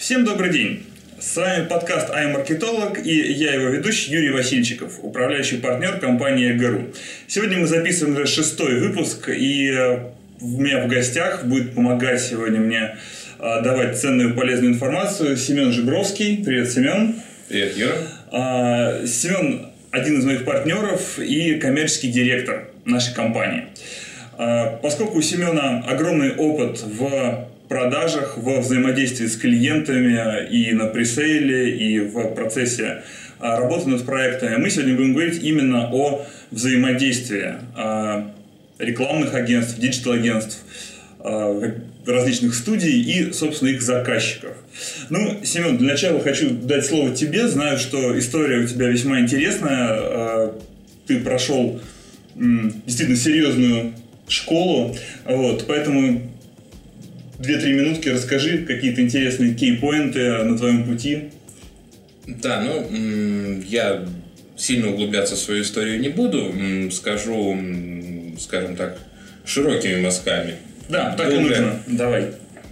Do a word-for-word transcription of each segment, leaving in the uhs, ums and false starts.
Всем добрый день! С вами подкаст iMarketolog и я его ведущий Юрий Васильчиков, управляющий партнер компании ГРУ. Сегодня мы записываем уже шестой выпуск, и у меня в гостях будет помогать сегодня мне давать ценную и полезную информацию Семен Жибровский. Привет, Семен! Привет, Юра! Семен один из моих партнеров и коммерческий директор нашей компании. Поскольку у Семена огромный опыт в продажах, во взаимодействии с клиентами и на пресейле, и в процессе работы над проектами, мы сегодня будем говорить именно о взаимодействии рекламных агентств, диджитал-агентств, различных студий и, собственно, их заказчиков. Ну, Семен, для начала хочу дать слово тебе. Знаю, что история у тебя весьма интересная. Ты прошел действительно серьезную школу, вот, поэтому две-три минутки расскажи какие-то интересные кей-поинты на твоем пути. Да, ну, я сильно углубляться в свою историю не буду. Скажу, скажем так, широкими мазками. Да, так и нужно. Давай.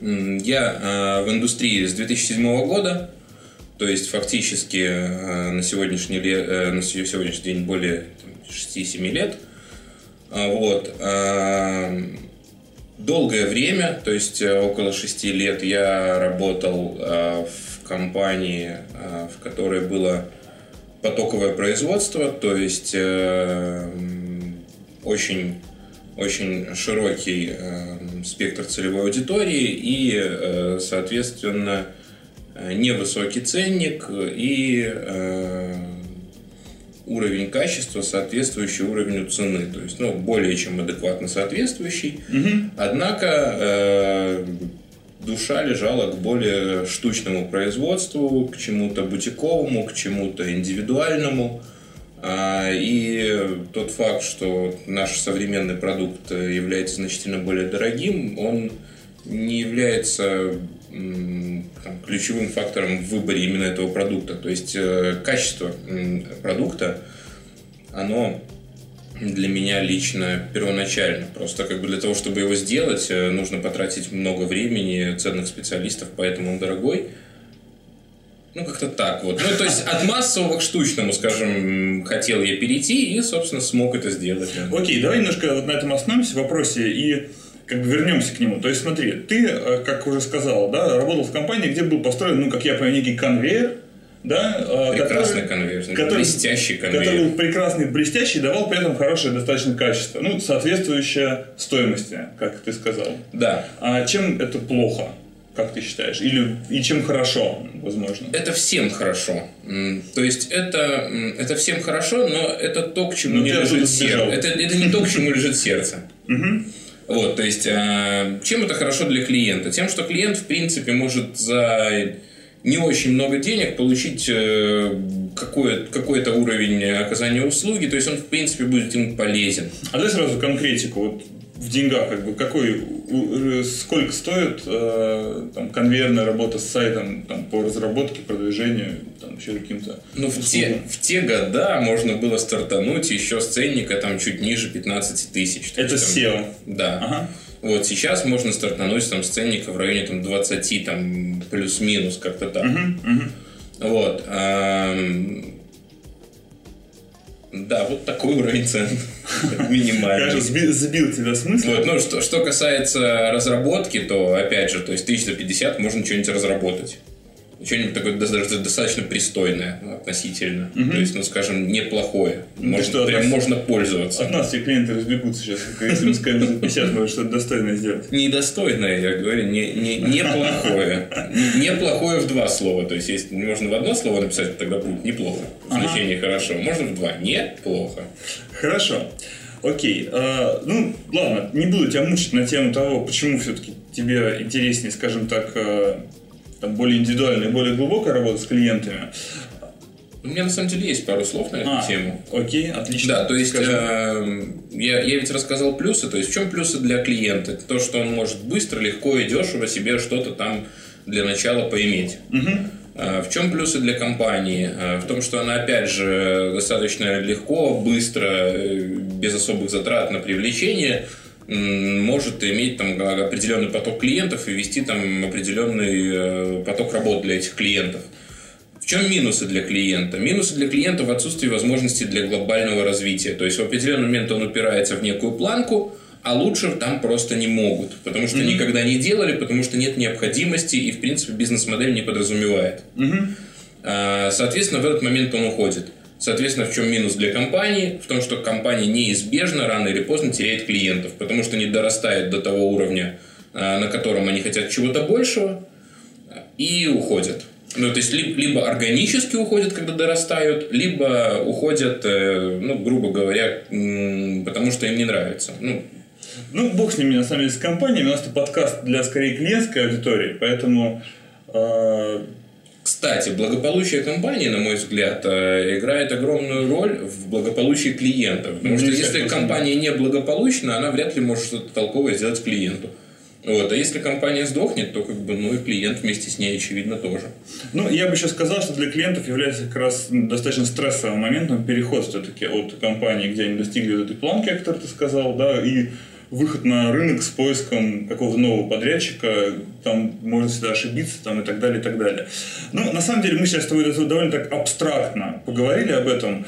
Я э, в индустрии с две тысячи седьмого года, то есть фактически э, на, сегодняшний ле, э, на сегодняшний день более шести-семи лет. Вот. Э, долгое время, то есть около шести лет, я работал э, в компании, э, в которой было потоковое производство, то есть э, очень, очень широкий э, спектр целевой аудитории и, э, соответственно, невысокий ценник и э, уровень качества, соответствующий уровню цены, то есть, ну, более чем адекватно соответствующий. Mm-hmm. Однако э, душа лежала к более штучному производству, к чему-то бутиковому, к чему-то индивидуальному. Э, и тот факт, что наш современный продукт является значительно более дорогим, он не является там, ключевым фактором в выборе именно этого продукта. То есть э, качество продукта, оно для меня лично первоначально. Просто как бы для того, чтобы его сделать, нужно потратить много времени, ценных специалистов, поэтому он дорогой. Ну, как-то так вот. Ну, то есть от массового к штучному, скажем, хотел я перейти и, собственно, смог это сделать. Окей, давай немножко вот на этом остановимся в вопросе и как бы вернемся к нему. То есть, смотри, ты, как уже сказал, да, работал в компании, где был построен, ну, как я понимаю, некий конвейер, да, прекрасный который, конвейер, который, блестящий конвейер. Который был прекрасный, блестящий, давал при этом хорошее достаточно качество, ну, соответствующее стоимости, как ты сказал. Да. А чем это плохо, как ты считаешь? Или и чем хорошо, возможно? Это всем хорошо. То есть это, это всем хорошо, но это то, к чему но не лежит сердце. Это, это не то, к чему лежит сердце. Вот, то есть, э, чем это хорошо для клиента? Тем, что клиент, в принципе, может за не очень много денег получить э, какой, какой-то уровень оказания услуги, то есть он, в принципе, будет ему полезен. А дай сразу конкретику, вот в деньгах, как бы, какой, сколько стоит э, там, конвейерная работа с сайтом там, по разработке, продвижению, там, еще каким-то ну, в те, в те года можно было стартануть еще с ценника там, чуть ниже пятнадцать тысяч. Это с сео? Да. Ага. Вот сейчас можно стартануть там, с ценника в районе там, двадцать, там, плюс-минус, как-то так. Угу, угу. Вот. Эм... Да, вот такой уровень цен минимальный. Кажется, сбил, сбил тебя с мысли. Вот, ну, что, что касается разработки, то, опять же, то есть тысяча за пятьдесят можно что-нибудь разработать. Что-нибудь такое достаточно пристойное относительно. Uh-huh. То есть, ну, скажем, неплохое. Можно, что, прям нас, можно пользоваться. От нас все клиенты разбегутся сейчас. Если мы скажем за пятьдесят, можно что-то достойное сделать. Недостойное, я говорю, не, не, неплохое. Неплохое в два слова. То есть, если можно в одно слово написать, тогда будет неплохо. Значение ага. хорошо. Можно в два. Неплохо. Хорошо. Окей. А, ну, ладно, не буду тебя мучить на тему того, почему все-таки тебе интереснее, скажем так, там, более индивидуальная, более глубокая работа с клиентами. У меня на самом деле есть пару слов на эту а, тему. Окей, отлично. Да, то есть э, я, я ведь рассказал плюсы. То есть в чем плюсы для клиента? Это то, что он может быстро, легко и дешево себе что-то там для начала поиметь. Угу. Э, в чем плюсы для компании? Э, в том, что она, опять же, достаточно легко, быстро, без особых затрат на привлечение может иметь там определенный поток клиентов и вести там определенный поток работ для этих клиентов. В чем минусы для клиента? Минусы для клиента в отсутствии возможности для глобального развития. То есть в определенный момент он упирается в некую планку, а лучше там просто не могут, потому что mm-hmm. никогда не делали, потому что нет необходимости и, в принципе, бизнес-модель не подразумевает. Mm-hmm. Соответственно, в этот момент он уходит. Соответственно, в чем минус для компании? В том, что компания неизбежно рано или поздно теряет клиентов, потому что не дорастает до того уровня, на котором они хотят чего-то большего, и уходят. Ну, то есть, либо, либо органически уходят, когда дорастают, либо уходят, ну, грубо говоря, потому что им не нравится. Ну, ну бог с ними, на самом деле, с компаниями. У нас это подкаст для, скорее, клиентской аудитории, поэтому... Э- Кстати, благополучие компании, на мой взгляд, играет огромную роль в благополучии клиента. Потому что если компания не благополучна, она вряд ли может что-то толковое сделать клиенту. Вот. А если компания сдохнет, то как бы, ну и клиент вместе с ней, очевидно, тоже. Ну, я бы еще сказал, что для клиентов является как раз достаточно стрессовым моментом переход все-таки от компании, где они достигли этой планки, о которой ты сказал, да, и выход на рынок с поиском какого-то нового подрядчика, там можно всегда ошибиться, там, и так далее, и так далее. Но на самом деле мы сейчас с тобой довольно так абстрактно поговорили об этом.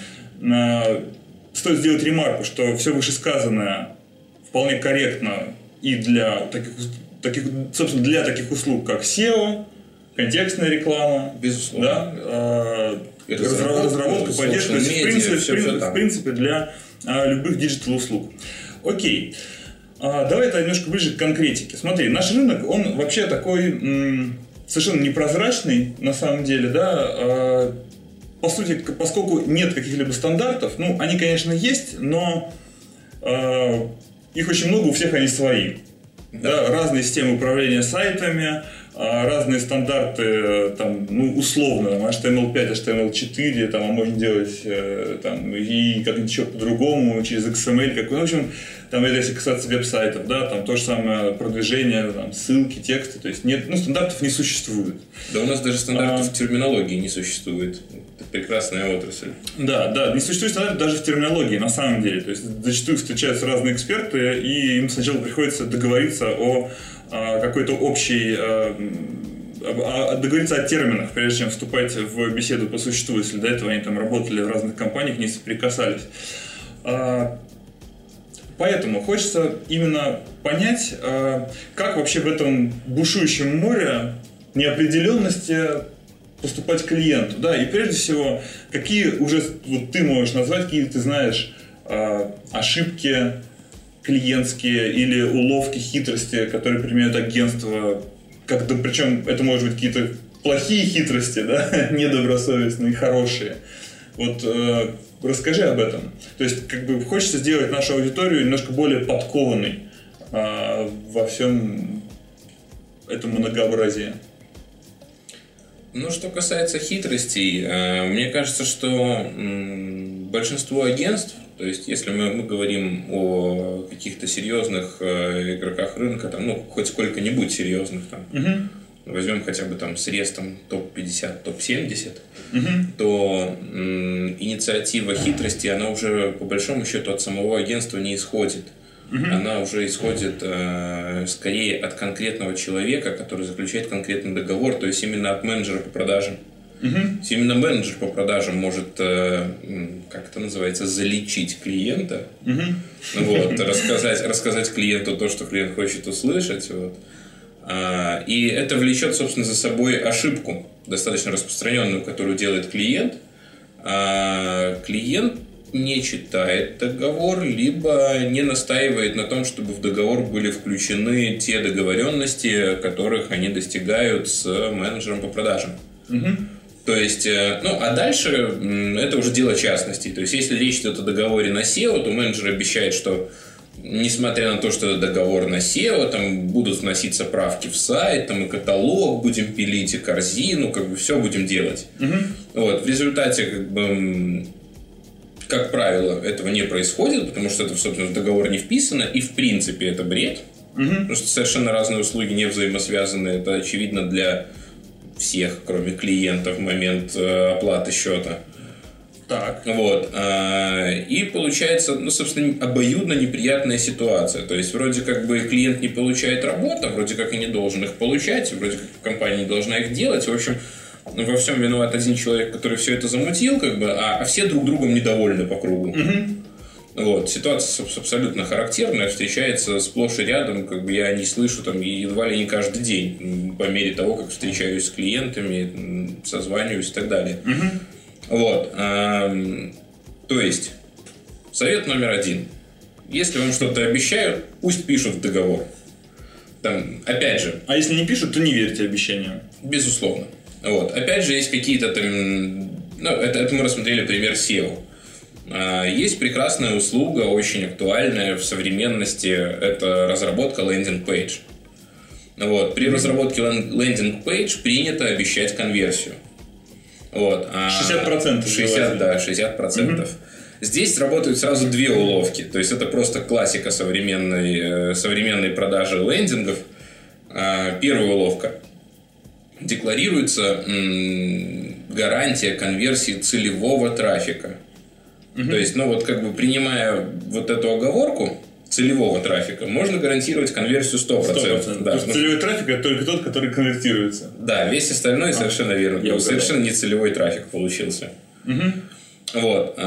Стоит сделать ремарку, что все вышесказанное вполне корректно и для таких, таких, собственно, для таких услуг, как сео, контекстная реклама, безусловно, да, разработка, разработка поддержка, то есть, в принципе, все, все в принципе для а, любых диджитал-услуг. Окей. А, давай это немножко ближе к конкретике. Смотри, наш рынок, он вообще такой м, совершенно непрозрачный, на самом деле, да. А, по сути, поскольку нет каких-либо стандартов, ну, они, конечно, есть, но а, их очень много, у всех они свои. Да. Да, разные системы управления сайтами, разные стандарты, там, ну, условно, там, эйч ти эм эл пять, эйч ти эм эл четыре, там, а можно делать там, и как-нибудь еще по-другому, через икс эм эль, как, ну, в общем, там, это если касаться веб-сайтов, да, там то же самое продвижение, там, ссылки, тексты, то есть нет, ну, стандартов не существует. Да у нас даже стандартов а... терминологии не существует. Это прекрасная отрасль. Да, да, не существует стандартов даже в терминологии, на самом деле. То есть зачастую встречаются разные эксперты, и им сначала приходится договориться о какой-то общий, договориться о терминах, прежде чем вступать в беседу по существу, если до этого они там работали в разных компаниях, не соприкасались. Поэтому хочется именно понять, как вообще в этом бушующем море неопределенности поступать к клиенту. Да, и прежде всего, какие уже вот ты можешь назвать, какие ты знаешь ошибки клиентские или уловки, хитрости, которые применяют агентства, как, да, причем это может быть какие-то плохие хитрости, да, недобросовестные, хорошие. Вот э, расскажи об этом. То есть, как бы хочется сделать нашу аудиторию немножко более подкованной э, во всем этом многообразии. Ну, что касается хитростей, э, мне кажется, что э, большинство агентств, то есть, если мы, мы говорим о каких-то серьезных э, игроках рынка, там, ну, хоть сколько-нибудь серьезных, там, uh-huh. возьмем хотя бы там срез там, топ пятьдесят, топ семьдесят, uh-huh. то э, инициатива хитрости, она уже по большому счету от самого агентства не исходит. Uh-huh. Она уже исходит э, скорее от конкретного человека, который заключает конкретный договор, то есть именно от менеджера по продажам. Uh-huh. Именно менеджер по продажам может, э, как это называется, залечить клиента, uh-huh. вот, рассказать, рассказать клиенту то, что клиент хочет услышать. Вот. А, и это влечет, собственно, за собой ошибку, достаточно распространенную, которую делает клиент. А, клиент не читает договор, либо не настаивает на том, чтобы в договор были включены те договоренности, которых они достигают с менеджером по продажам. Uh-huh. То есть, ну, а дальше это уже дело частностей. То есть, если речь идет о договоре на сео, то менеджер обещает, что, несмотря на то, что это договор на сео, там будут вноситься правки в сайт, там и каталог будем пилить, и корзину, как бы все будем делать. Uh-huh. Вот, в результате, как бы, как правило, этого не происходит, потому что это, собственно, в договор не вписано, и в принципе это бред. Uh-huh. Потому что совершенно разные услуги не взаимосвязаны. Это очевидно для всех, кроме клиента, в момент э, оплаты счета. Так. Вот. И получается, ну, собственно, обоюдно неприятная ситуация. То есть, вроде как бы клиент не получает работу, вроде как и не должен их получать, вроде как компания не должна их делать. В общем, во всем виноват один человек, который все это замутил, как бы, а, а все друг другом недовольны по кругу. Угу. Вот. Ситуация абсолютно характерная, встречается сплошь и рядом, как бы я не слышу там едва ли не каждый день, по мере того, как встречаюсь с клиентами, созваниваюсь и так далее. Угу. Вот. То есть, совет номер один. Если вам что-то обещают, пусть пишут в договор. Там, опять же... А если не пишут, то не верьте обещаниям. Безусловно. Вот. Опять же, есть какие-то там... Ну, это, это мы рассмотрели пример сео. Есть прекрасная услуга, очень актуальная в современности. Это разработка лендинг-пейдж. Вот. При разработке лендинг-пейдж принято обещать конверсию. Вот. шестьдесят процентов. шестьдесят, да, шестьдесят процентов. Mm-hmm. Здесь работают сразу две уловки. То есть, это просто классика современной, современной продажи лендингов. Первая уловка. Декларируется м, гарантия конверсии целевого трафика. Mm-hmm. То есть, ну вот как бы принимая вот эту оговорку целевого трафика, можно гарантировать конверсию сто процентов. сто процентов. Да. То есть, целевой трафик – это только тот, который конвертируется. Да, весь остальной а, совершенно верно. Я совершенно не целевой трафик получился. Угу. Вот.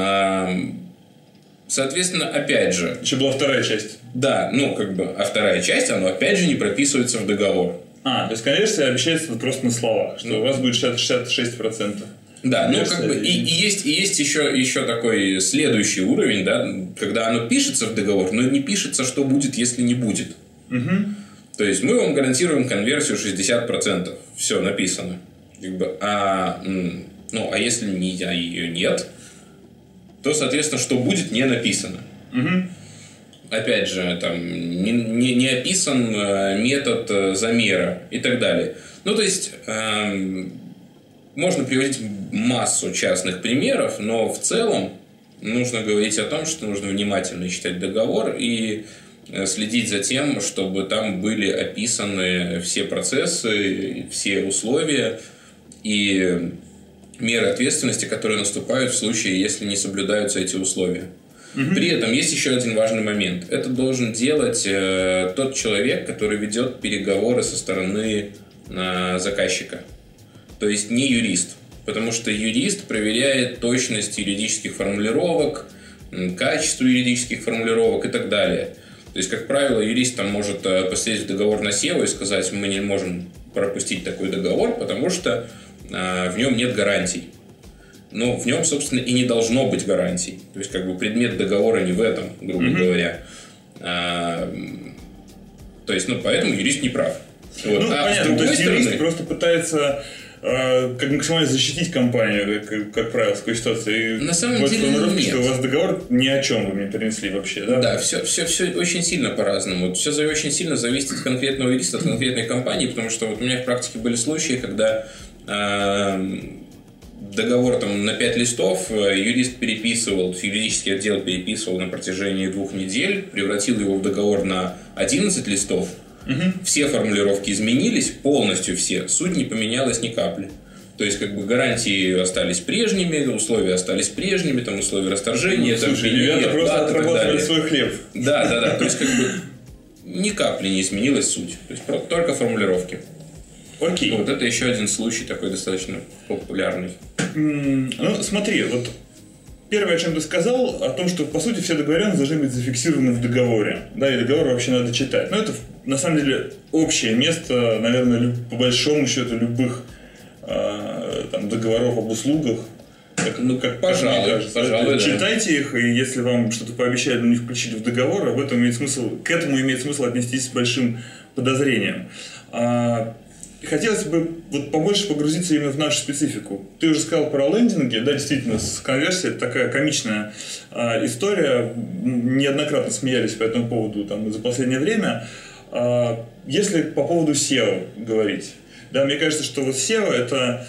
Соответственно, опять же... Еще была вторая часть. Да, ну как бы, а вторая часть, она опять же не прописывается в договор. А, то есть конверсия обещается просто на словах, что ну, у вас будет шестьдесят шесть процентов. Да, ну как бы и, и есть, и есть еще, еще такой следующий уровень, да, когда оно пишется в договор, но не пишется, что будет, если не будет. Угу. То есть мы вам гарантируем конверсию шестьдесят процентов. Все написано. Как бы, а, ну, а если не, а ее нет, то, соответственно, что будет, не написано. Угу. Опять же, там не, не, не описан метод замера и так далее. Ну, то есть... Эм, можно приводить массу частных примеров, но в целом нужно говорить о том, что нужно внимательно читать договор и следить за тем, чтобы там были описаны все процессы, все условия и меры ответственности, которые наступают в случае, если не соблюдаются эти условия. Угу. При этом есть еще один важный момент. Это должен делать э, тот человек, который ведет переговоры со стороны э, заказчика. То есть не юрист, потому что юрист проверяет точность юридических формулировок, качество юридических формулировок и так далее. То есть, как правило, юрист там может посмотреть в договор на сео и сказать, мы не можем пропустить такой договор, потому что а, в нем нет гарантий. Но в нем, собственно, и не должно быть гарантий. То есть, как бы предмет договора не в этом, грубо mm-hmm. говоря. А, то есть, ну, поэтому юрист не прав. Вот. Ну, а понятно, с другой то есть стороны, юрист просто пытается... как максимально защитить компанию, как, как правило, в такой ситуации. На самом деле нет. Что у вас договор ни о чем вы мне принесли вообще, да? Да, все, все, все очень сильно по-разному. Все очень сильно зависит от конкретного юриста, от конкретной компании, потому что вот у меня в практике были случаи, когда э, договор там на пять листов юрист переписывал, юридический отдел переписывал на протяжении двух недель, превратил его в договор на одиннадцать листов. Угу. Все формулировки изменились, полностью все. Суть не поменялась ни капли. То есть, как бы гарантии остались прежними, условия остались прежними, там условия расторжения. Ну, слушай, ребята просто отработали свой хлеб. Да, да, да. То есть, как бы ни капли не изменилась суть. То есть, только формулировки. Окей. Вот это еще один случай такой достаточно популярный. Ну, смотри, вот первое, о чем ты сказал, о том, что, по сути, все договоренности должны быть зафиксированы в договоре. Да, и договор вообще надо читать. Но это, на самом деле, общее место, наверное, по большому счету, любых э, там, договоров об услугах. Как, ну, как пожалуй, мне кажется. Пожалуй, да. Читайте их, и если вам что-то пообещали, но не включили в договор, об этом имеет смысл, к этому имеет смысл отнестись с большим подозрением. А, хотелось бы вот побольше погрузиться именно в нашу специфику. Ты уже сказал про лендинги, да, действительно, с конверсией это такая комичная а, история. Неоднократно смеялись по этому поводу там, за последнее время. А, если по поводу сео говорить, да, мне кажется, что вот сео это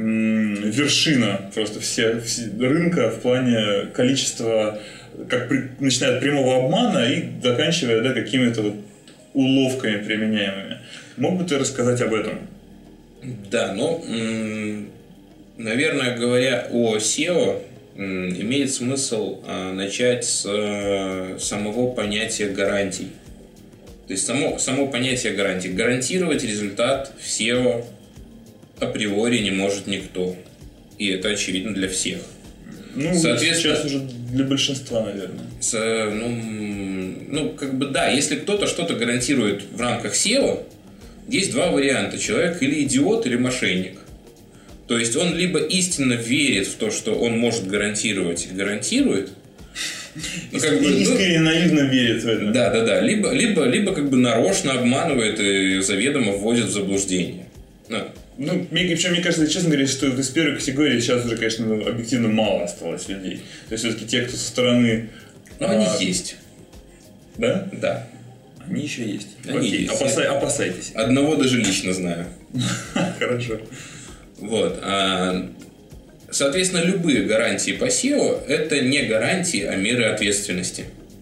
м- вершина просто все, все рынка в плане количества, как при, начиная от прямого обмана и заканчивая, да, какими-то вот уловками применяемыми. Мог бы ты рассказать об этом? Да, ну, наверное, говоря о сео, имеет смысл начать с самого понятия гарантий. То есть само, само понятие гарантий. Гарантировать результат в сео априори не может никто. И это очевидно для всех. Ну, сейчас уже для большинства, наверное. С, ну, ну, как бы да, если кто-то что-то гарантирует в рамках сео, есть два варианта. Человек или идиот, или мошенник. То есть он либо истинно верит в то, что он может гарантировать, и гарантирует. Ну, как бы, искренне, ну, наивно верит в это. Да, да, да. Либо, либо, либо как бы нарочно обманывает и заведомо вводит в заблуждение. Ну, ну мне, причем, мне кажется, честно говоря, что из первой категории сейчас уже, конечно, объективно мало осталось людей. То есть все-таки те, кто со стороны. Но а... они есть. Да? Да. Они еще есть. Они Окей, есть. Опасай, опасайтесь. Одного даже лично знаю. Хорошо. Вот. Соответственно, любые гарантии по сео – это не гарантии, а меры ответственности.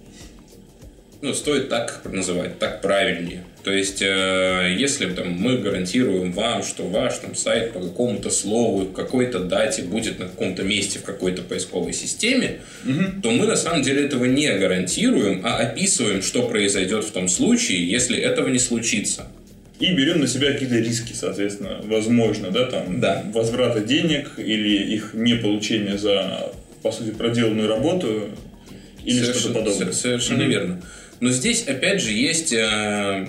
Ну, стоит так называть, так правильнее. То есть, если там, мы гарантируем вам, что ваш там, сайт по какому-то слову, к какой-то дате будет на каком-то месте в какой-то поисковой системе, угу. то мы на самом деле этого не гарантируем, а описываем, что произойдет в том случае, если этого не случится. И берем на себя какие-то риски, соответственно, возможно, да, там, да. возврата денег или их неполучения за, по сути, проделанную работу или совершенно, что-то подобное. Совершенно mm-hmm. верно. Но здесь, опять же, есть э,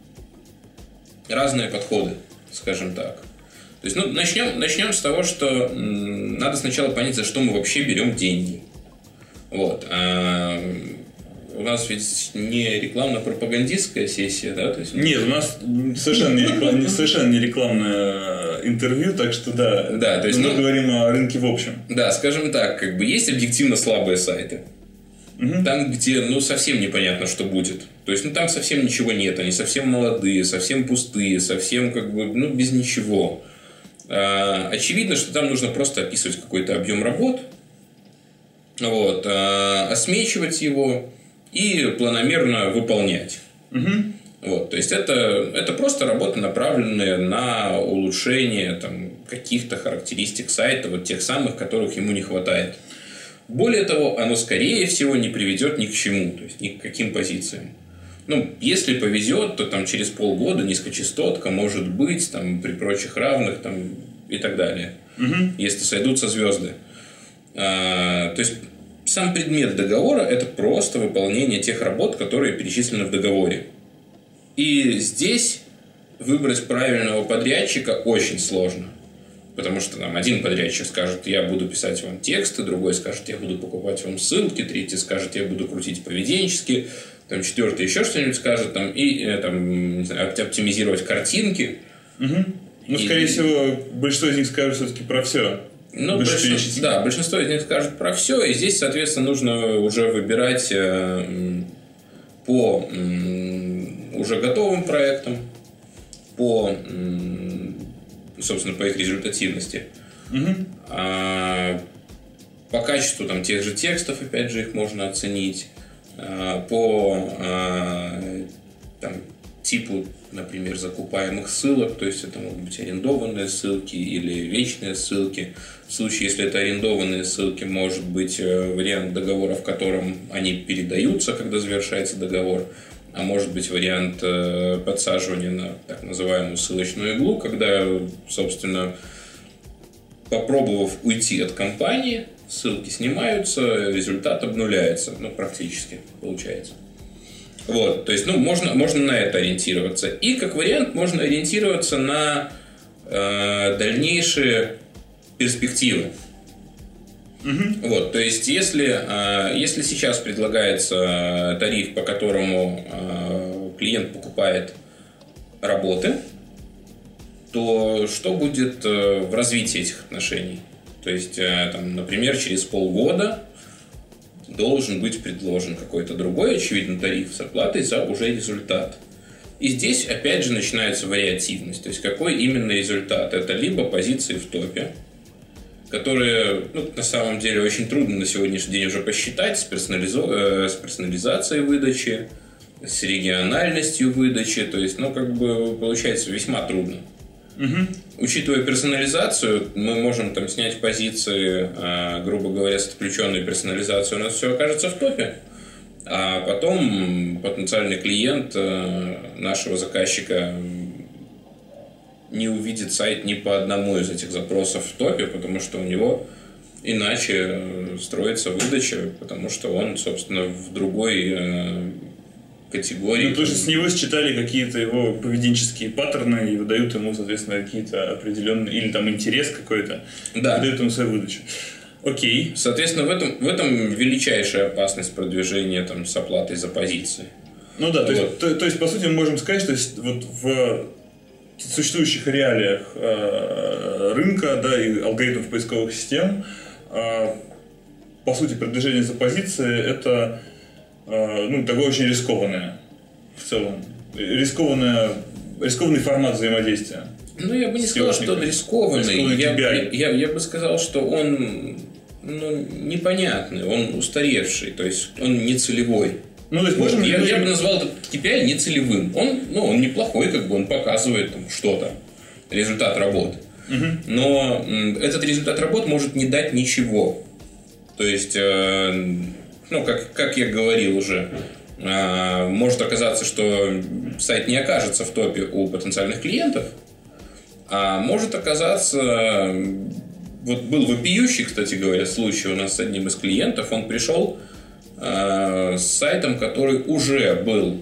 разные подходы, скажем так. То есть, ну, начнем, начнем с того, что м, надо сначала понять, за что мы вообще берем деньги. Вот. А, у нас ведь не рекламно-пропагандистская сессия, да? То есть... Нет, у нас совершенно не, реклам... совершенно не рекламное интервью, так что да, да то есть, мы ну, говорим о рынке в общем. Да, скажем так, как бы есть объективно слабые сайты. Угу. Там, где ну, совсем непонятно, что будет. То есть, ну, там совсем ничего нет, они совсем молодые, совсем пустые, совсем как бы, ну, без ничего. А, очевидно, что там нужно просто описывать какой-то объем работ, вот, а, осмечивать его и планомерно выполнять. Угу. Вот, то есть это, это просто работа, направленная на улучшение там, каких-то характеристик сайта, вот тех самых, которых ему не хватает. Более того, оно скорее всего не приведет ни к чему, то есть ни к каким позициям. Ну, если повезет, то там через полгода низкочастотка может быть там, при прочих равных там, и так далее. Угу. Если сойдутся звезды. А, то есть сам предмет договора – это просто выполнение тех работ, которые перечислены в договоре. И здесь выбрать правильного подрядчика очень сложно. Потому что там один подрядчик скажет, я буду писать вам тексты, другой скажет, я буду покупать вам ссылки, третий скажет, я буду крутить поведенчески, там, четвертый еще что-нибудь скажет, там, и там, не знаю, оптимизировать картинки. Угу. Ну, и... скорее всего, большинство из них скажут все-таки про все. Ну, большинство, да, большинство из них скажут про все, и здесь, соответственно, нужно уже выбирать э, по э, уже готовым проектам, по, э, собственно, по их результативности. Угу. А, по качеству там, тех же текстов, опять же, их можно оценить, а, по а, там, типу, например, закупаемых ссылок, то есть это могут быть арендованные ссылки или вечные ссылки. В случае, если это арендованные ссылки, может быть вариант договора, в котором они передаются, когда завершается договор, а может быть вариант подсаживания на так называемую ссылочную иглу, когда, собственно, попробовав уйти от компании, ссылки снимаются, результат обнуляется, ну, практически получается. Вот, то есть, ну, можно, можно на это ориентироваться. И, как вариант, можно ориентироваться на э, дальнейшие перспективы. Угу. Вот, то есть, если, э, если сейчас предлагается тариф, по которому э, клиент покупает работы, то что будет э, в развитии этих отношений? То есть, э, там, например, через полгода должен быть предложен какой-то другой, очевидно, тариф с оплатой за уже результат. И здесь, опять же, начинается вариативность. То есть, какой именно результат? Это либо позиции в топе, которые, ну, на самом деле, очень трудно на сегодняшний день уже посчитать с, персонализо... э, с персонализацией выдачи, с региональностью выдачи. То есть, ну, как бы, получается весьма трудно. Угу. Учитывая персонализацию, мы можем там снять позиции, грубо говоря, с отключенной персонализацией, у нас все окажется в топе. А потом потенциальный клиент нашего заказчика не увидит сайт ни по одному из этих запросов в топе, потому что у него иначе строится выдача, потому что он, собственно, в другой категории. Ну, то есть с него считали какие-то его поведенческие паттерны и выдают ему, соответственно, какие-то определенные, или там интерес какой-то, да. выдают ему свою выдачу. Окей. Соответственно, в этом, в этом величайшая опасность продвижения там, с оплатой за позиции. Ну да, то, вот. есть, то, то есть, по сути, мы можем сказать, что вот в существующих реалиях э, рынка, да, и алгоритмов поисковых систем, э, по сути, продвижение за позиции – это э, ну, такое очень рискованное в целом. Рискованное, рискованный формат взаимодействия. Ну, я бы не сказал, что он рискованный. Я, я, я бы сказал, что он ну, непонятный, он устаревший, то есть он не целевой. Ну, то есть можем вот, я, я бы назвал этот кей пи ай не целевым. Он, ну, он неплохой, как бы он показывает там, что-то, результат работы. Угу. Но м, этот результат работы может не дать ничего. То есть, э, ну, как, как я говорил уже, э, может оказаться, что сайт не окажется в топе у потенциальных клиентов, а может оказаться, вот был вопиющий, кстати говоря, случай у нас с одним из клиентов, он пришел э, с сайтом, который уже был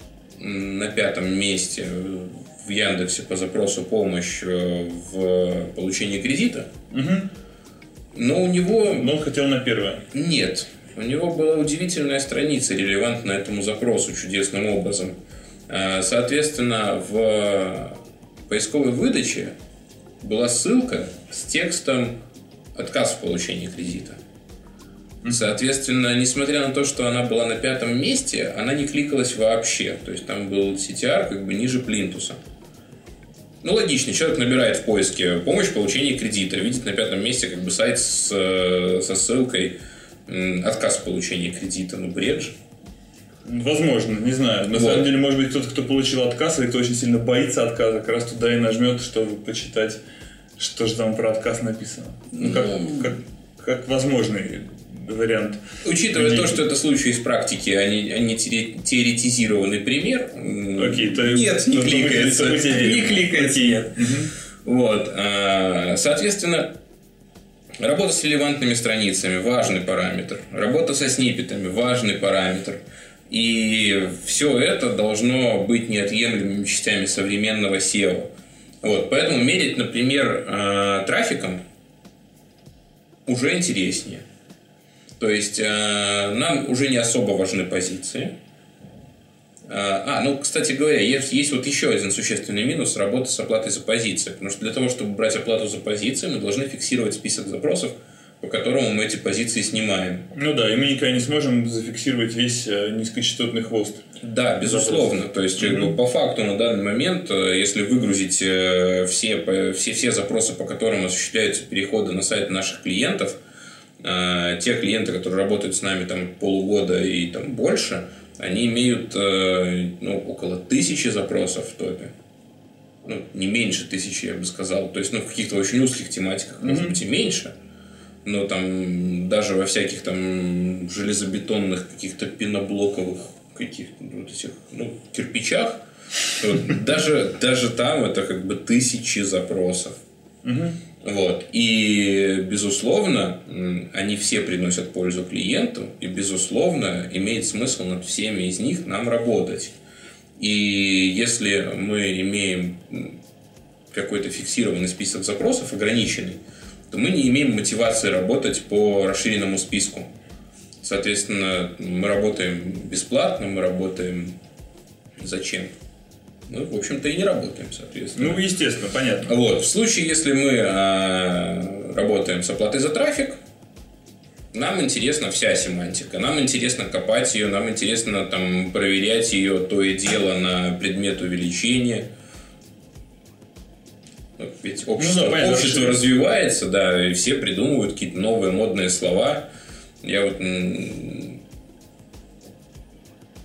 на пятом месте в Яндексе по запросу «Помощь» в получении кредита, угу. но у него... Но он хотел на первое. Нет, у него была удивительная страница, релевантная этому запросу чудесным образом. Соответственно, в поисковой выдаче была ссылка с текстом «Отказ в получении кредита». Соответственно, несмотря на то, что она была на пятом месте, она не кликалась вообще. То есть там был си ти ар как бы ниже плинтуса. Ну, логично. Человек набирает в поиске «Помощь в получении кредита», видит на пятом месте как бы сайт с, со ссылкой «Отказ в получении кредита». Ну, бред же. Возможно, не знаю. На вот. самом деле, может быть, кто-то, кто получил отказ, или кто очень сильно боится отказа, как раз туда и нажмет, чтобы почитать, что же там про отказ написано. Ну, как, ну, как, как возможный вариант. Учитывая людей. То, что это случай из практики, а не, а не теоретизированный пример, Окей, то нет, не кликается. Не кликается, нет. Угу. Вот. Соответственно, работа с релевантными страницами – важный параметр. Работа со сниппетами – важный параметр. И все это должно быть неотъемлемыми частями современного сео. Вот. Поэтому мерить, например, трафиком уже интереснее. То есть нам уже не особо важны позиции. А, ну, кстати говоря, есть, есть вот еще один существенный минус работы с оплатой за позиции. Потому что для того, чтобы брать оплату за позиции, мы должны фиксировать список запросов, по которому мы эти позиции снимаем. Ну да, и мы никогда не сможем зафиксировать весь низкочастотный хвост. Да, безусловно. Запрос. То есть, mm-hmm. по факту на данный момент, если выгрузить все, все, все запросы, по которым осуществляются переходы на сайт наших клиентов, те клиенты, которые работают с нами там полугода и там больше, они имеют ну, около тысячи запросов в топе. Ну, не меньше тысячи, я бы сказал. То есть, ну, в каких-то очень узких тематиках, mm-hmm. может быть, и меньше. Но там даже во всяких там железобетонных каких-то пеноблоковых каких-то вот этих, ну, кирпичах, вот, даже, даже там это как бы тысячи запросов. Mm-hmm. Вот. И, безусловно, они все приносят пользу клиенту, и, безусловно, имеет смысл над всеми из них нам работать. И если мы имеем какой-то фиксированный список запросов, ограниченный, то мы не имеем мотивации работать по расширенному списку. Соответственно, мы работаем бесплатно, мы работаем зачем? Мы, в общем-то, и не работаем, соответственно. Ну, естественно, понятно. Вот. В случае, если мы а, работаем с оплатой за трафик, нам интересна вся семантика. Нам интересно копать ее, нам интересно там, проверять ее то и дело на предмет увеличения. Ведь общество, ну, да, понятно, общество развивается, да, и все придумывают какие-то новые модные слова. Я вот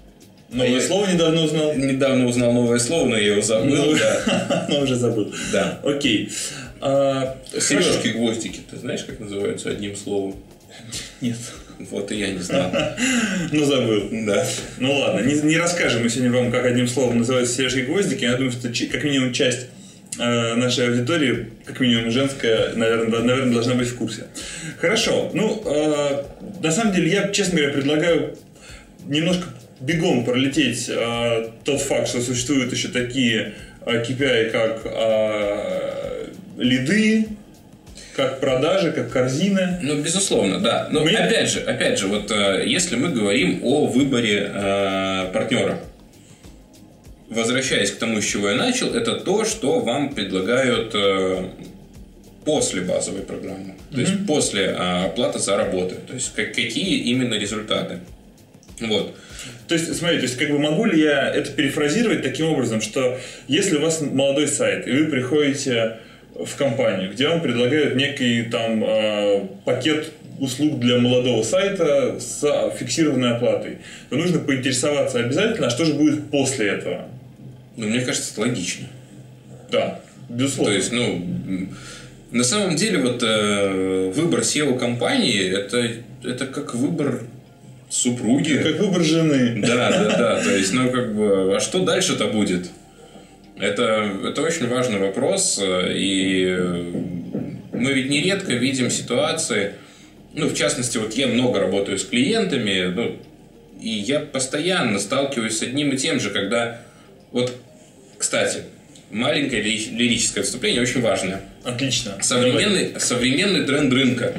Новое я слово недавно узнал. Недавно узнал новое слово, но я его забыл. Ну, да. Но уже забыл. Да. Окей. А, сережки-гвоздики, ты знаешь, как называются одним словом? Нет. Вот и я не знал. Ну, забыл. Да. Ну ладно, не, не расскажем мы сегодня вам, как одним словом называются сережки-гвоздики. Я думаю, что как минимум часть э, нашей аудитории, как минимум женская, наверное, наверное, должна быть в курсе. Хорошо. Ну, э, на самом деле, я, честно говоря, предлагаю немножко бегом пролететь э, тот факт, что существуют еще такие э, кей пи ай, как э, лиды, как продажи, как корзины. Ну, безусловно, да. Но Мне... опять же, опять же, вот э, если мы говорим о выборе э, партнера, возвращаясь к тому, с чего я начал, это то, что вам предлагают э, после базовой программы, то mm-hmm. есть после э, оплаты за работу, то есть как, какие именно результаты. Вот. То есть, смотри, то есть, как бы могу ли я это перефразировать таким образом, что если у вас молодой сайт, и вы приходите в компанию, где вам предлагают некий там э, пакет услуг для молодого сайта с фиксированной оплатой, то нужно поинтересоваться обязательно, а что же будет после этого? Ну, мне кажется, это логично. Да, безусловно. То есть, ну, на самом деле, вот э, выбор сео-компании это, это как выбор супруги. Как выбор жены. Да, да, да. То есть, ну, как бы, а что дальше-то будет? Это, это очень важный вопрос, и мы ведь нередко видим ситуации, ну, в частности, вот я много работаю с клиентами, ну, и я постоянно сталкиваюсь с одним и тем же, когда, вот, кстати, маленькое лирическое отступление очень важное. Отлично. Современный, современный тренд рынка.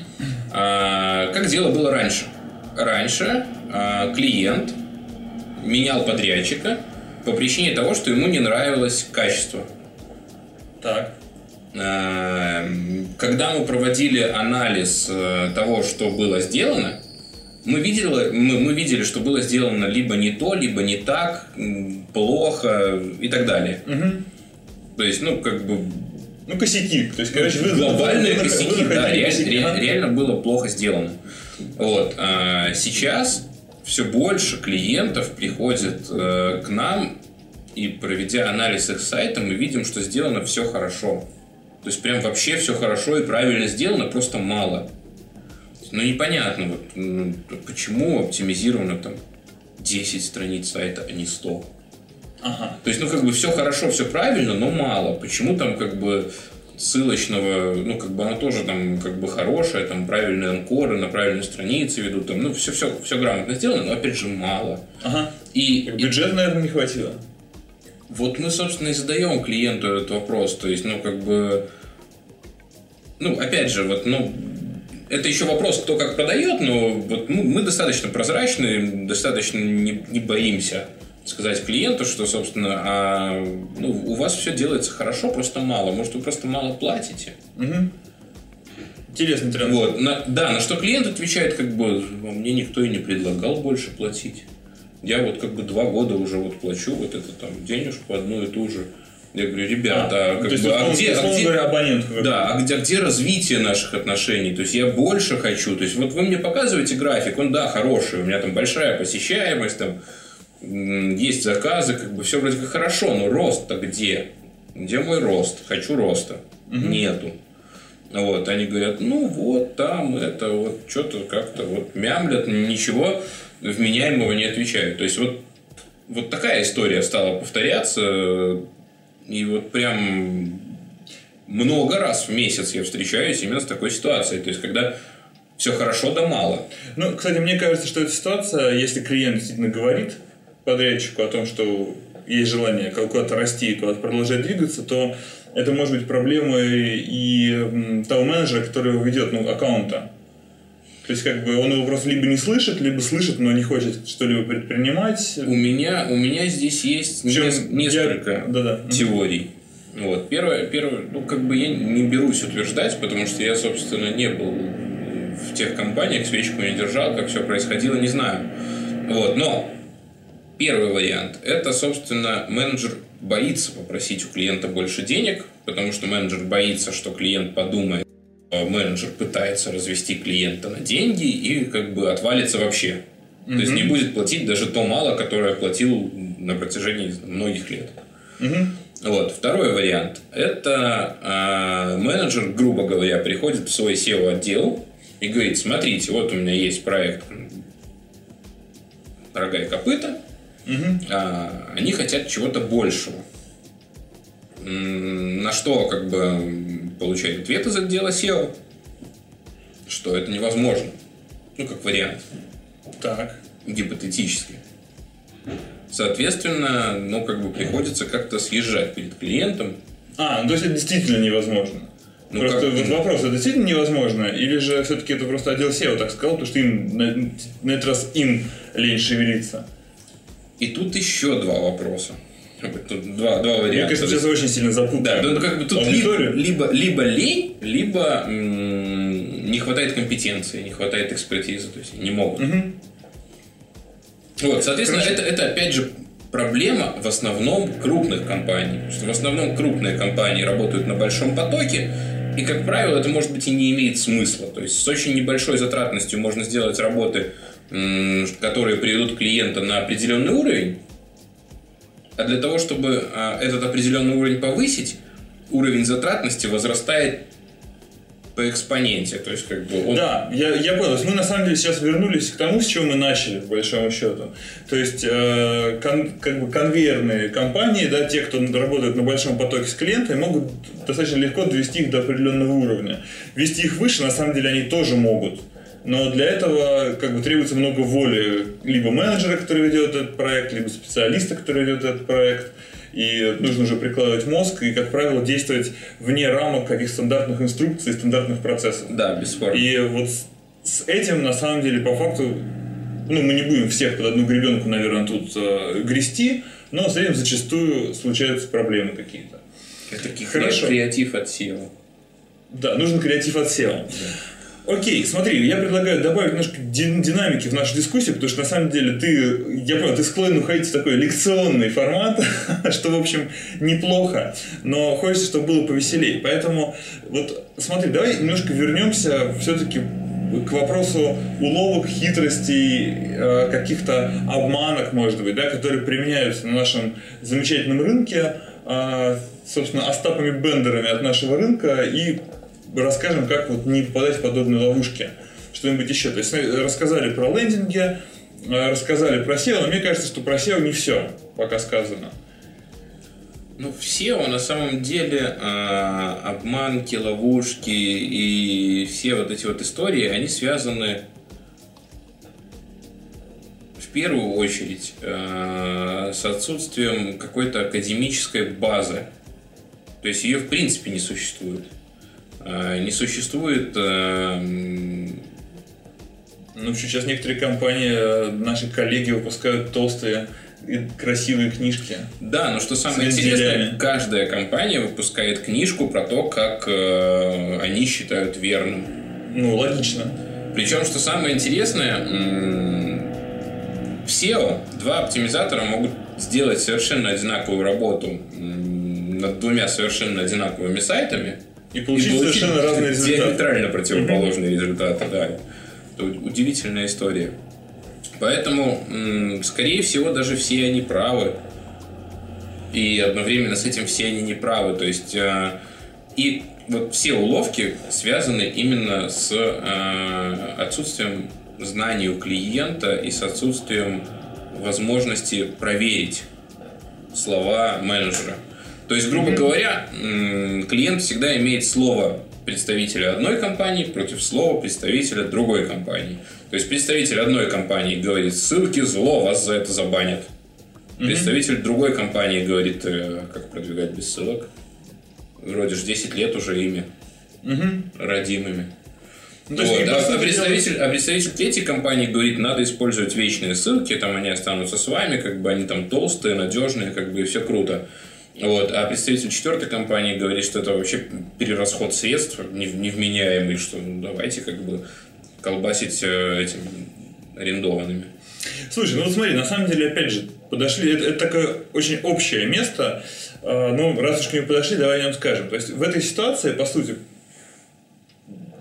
А, как дело было раньше? Раньше а, клиент менял подрядчика по причине того, что ему не нравилось качество. Так. Когда мы проводили анализ того, что было сделано, мы видели, мы, мы видели, что было сделано либо не то, либо не так, плохо и так далее. Угу. То есть, ну, как бы... Ну, косяки. То есть, короче, вы, глобальные вы, косяки, вы, вы да, реаль, косяки. Реаль, реально было плохо сделано. Вот. А сейчас все больше клиентов приходит э, к нам, и проведя анализ их сайта, мы видим, что сделано все хорошо. То есть прям вообще все хорошо и правильно сделано, просто мало. Ну непонятно, вот, ну, почему оптимизировано там десять страниц сайта, а не сто. Ага. То есть, ну как бы все хорошо, все правильно, но мало. Почему там как бы ссылочного, ну как бы оно тоже там как бы хорошее, там правильные анкоры на правильные страницы ведут, там, ну все, все, все грамотно сделано, но опять же мало. Ага. И, бюджета, наверное, не хватило. Вот мы, собственно, и задаем клиенту этот вопрос. То есть, ну, как бы... Ну, опять же, вот, ну... Это еще вопрос, кто как продает, но вот ну, мы достаточно прозрачны, достаточно не, не боимся сказать клиенту, что, собственно, а, ну, у вас все делается хорошо, просто мало. Может, вы просто мало платите. Угу. Интересный тренд. Вот, на, да, на что клиент отвечает, как бы, мне никто и не предлагал больше платить. Я вот как бы два года уже вот плачу вот эту там денежку одну и ту же. Я говорю, ребята, а, как бы, а где, а где, абонент, да, а где, а где развитие наших отношений? То есть я больше хочу. То есть вот вы мне показываете график, он да хороший, у меня там большая посещаемость, там есть заказы, как бы все вроде как хорошо, но рост-то где? Где мой рост? Хочу роста. Угу. Нету. Вот, они говорят, ну вот там это вот что-то как-то вот мямлят, ничего вменяемого не отвечают. То есть вот, вот такая история стала повторяться, и вот прям много раз в месяц я встречаюсь именно с такой ситуацией. То есть когда все хорошо, да мало. Ну, кстати, мне кажется, что эта ситуация, если клиент действительно говорит подрядчику о том, что есть желание куда-то расти, куда-то продолжать двигаться, то это может быть проблемой и того менеджера, который его ведет, ну, аккаунта. То есть, как бы он его просто либо не слышит, либо слышит, но не хочет что-либо предпринимать. У меня, у меня здесь есть нес- несколько я... да, да. теорий. Вот. Первое, первое, ну, как бы я не берусь утверждать, потому что я, собственно, не был в тех компаниях, свечку не держал, как все происходило, не знаю. Вот. Но первый вариант – это, собственно, менеджер боится попросить у клиента больше денег, потому что менеджер боится, что клиент подумает, менеджер пытается развести клиента на деньги и как бы отвалится вообще. Mm-hmm. То есть не будет платить даже то мало, которое платил на протяжении многих лет. Mm-hmm. Вот. Второй вариант. Это э, менеджер, грубо говоря, приходит в свой сео-отдел и говорит: смотрите, вот у меня есть проект «Рога и копыта», mm-hmm. а, они хотят чего-то большего. На что как бы получает ответ из отдела сео, что это невозможно. Ну, как вариант. Так. Гипотетически. Соответственно, ну, как бы приходится как-то съезжать перед клиентом. А, ну, то есть это действительно невозможно. Ну, просто как... вот вопрос, это действительно невозможно? Или же все-таки это просто отдел сео так сказал, потому что им на, на этот раз им лень шевелиться? И тут еще два вопроса. Тут два, два варианта. Мне кажется, сейчас очень сильно запутано. Да, ну, как бы тут либо, либо, либо лень, либо м- не хватает компетенции, не хватает экспертизы, то есть не могут. Угу. Вот, соответственно, это, это опять же проблема в основном крупных компаний. Потому что в основном крупные компании работают на большом потоке, и, как правило, это, может быть, и не имеет смысла. То есть с очень небольшой затратностью можно сделать работы, м- которые приведут клиента на определенный уровень. А для того, чтобы а, этот определенный уровень повысить, уровень затратности возрастает по экспоненте. То есть, как бы он... Да, я, я понял. То есть мы на самом деле сейчас вернулись к тому, с чего мы начали, по большому счету. То есть э, кон, как бы конвейерные компании, да, те, кто работает на большом потоке с клиентами, могут достаточно легко довести их до определенного уровня. Вести их выше, на самом деле, они тоже могут. Но для этого как бы требуется много воли либо менеджера, который ведет этот проект, либо специалиста, который ведет этот проект. И нужно уже прикладывать мозг и, как правило, действовать вне рамок каких-то стандартных инструкций, стандартных процессов. Да, бесспорно. И вот с, с этим, на самом деле, по факту, ну, мы не будем всех под одну гребенку, наверное, тут э, грести, но с этим зачастую случаются проблемы какие-то. Это Хорошо. Креатив от сео. Да, нужен креатив от сео. Да. Окей, смотри, я предлагаю добавить немножко динамики в нашу дискуссию, потому что на самом деле ты, я понял, ты склонен уходить в такой лекционный формат, что, в общем, неплохо, но хочется, чтобы было повеселее. Поэтому, вот смотри, давай немножко вернемся все-таки к вопросу уловок, хитростей, каких-то обманок, может быть, да, которые применяются на нашем замечательном рынке, собственно, Остапами-Бендерами от нашего рынка, и расскажем, как вот не попадать в подобные ловушки. Что-нибудь еще. То есть рассказали про лендинги, рассказали про сео, но мне кажется, что про сео не все пока сказано. Ну, в сео на самом деле обманки, ловушки и все вот эти вот истории, они связаны в первую очередь с отсутствием какой-то академической базы. То есть ее в принципе не существует. Не существует... Ну, сейчас некоторые компании, наши коллеги выпускают толстые и красивые книжки. Да, но что самое интересное, каждая компания выпускает книжку про то, как э, они считают верным. Ну, логично. Причем, что самое интересное, в сео два оптимизатора могут сделать совершенно одинаковую работу над двумя совершенно одинаковыми сайтами, И получить, и получить совершенно разные результаты. Диаметрально противоположные mm-hmm. результаты, да. Это удивительная история. Поэтому, скорее всего, даже все они правы. И одновременно с этим все они неправы. То есть, и вот все уловки связаны именно с отсутствием знаний у клиента и с отсутствием возможности проверить слова менеджера. То есть, грубо mm-hmm. говоря, клиент всегда имеет слово представителя одной компании против слова представителя другой компании. То есть, представитель одной компании говорит: ссылки зло, вас за это забанят. Mm-hmm. Представитель другой компании говорит: как продвигать без ссылок. Вроде же десять лет уже ими mm-hmm. родимыми. Ну, вот. а, а, представитель, а представитель третьей компании говорит: надо использовать вечные ссылки, там они останутся с вами, как бы они там толстые, надежные, как бы и все круто. Вот. А представитель четвертой компании говорит, что это вообще перерасход средств, невменяемый, что ну, давайте как бы колбасить э, этим арендованными. Слушай, ну вот смотри, на самом деле, опять же, подошли, это, это такое очень общее место, э, ну, раз уж к нему подошли, давай о нем скажем. То есть в этой ситуации, по сути,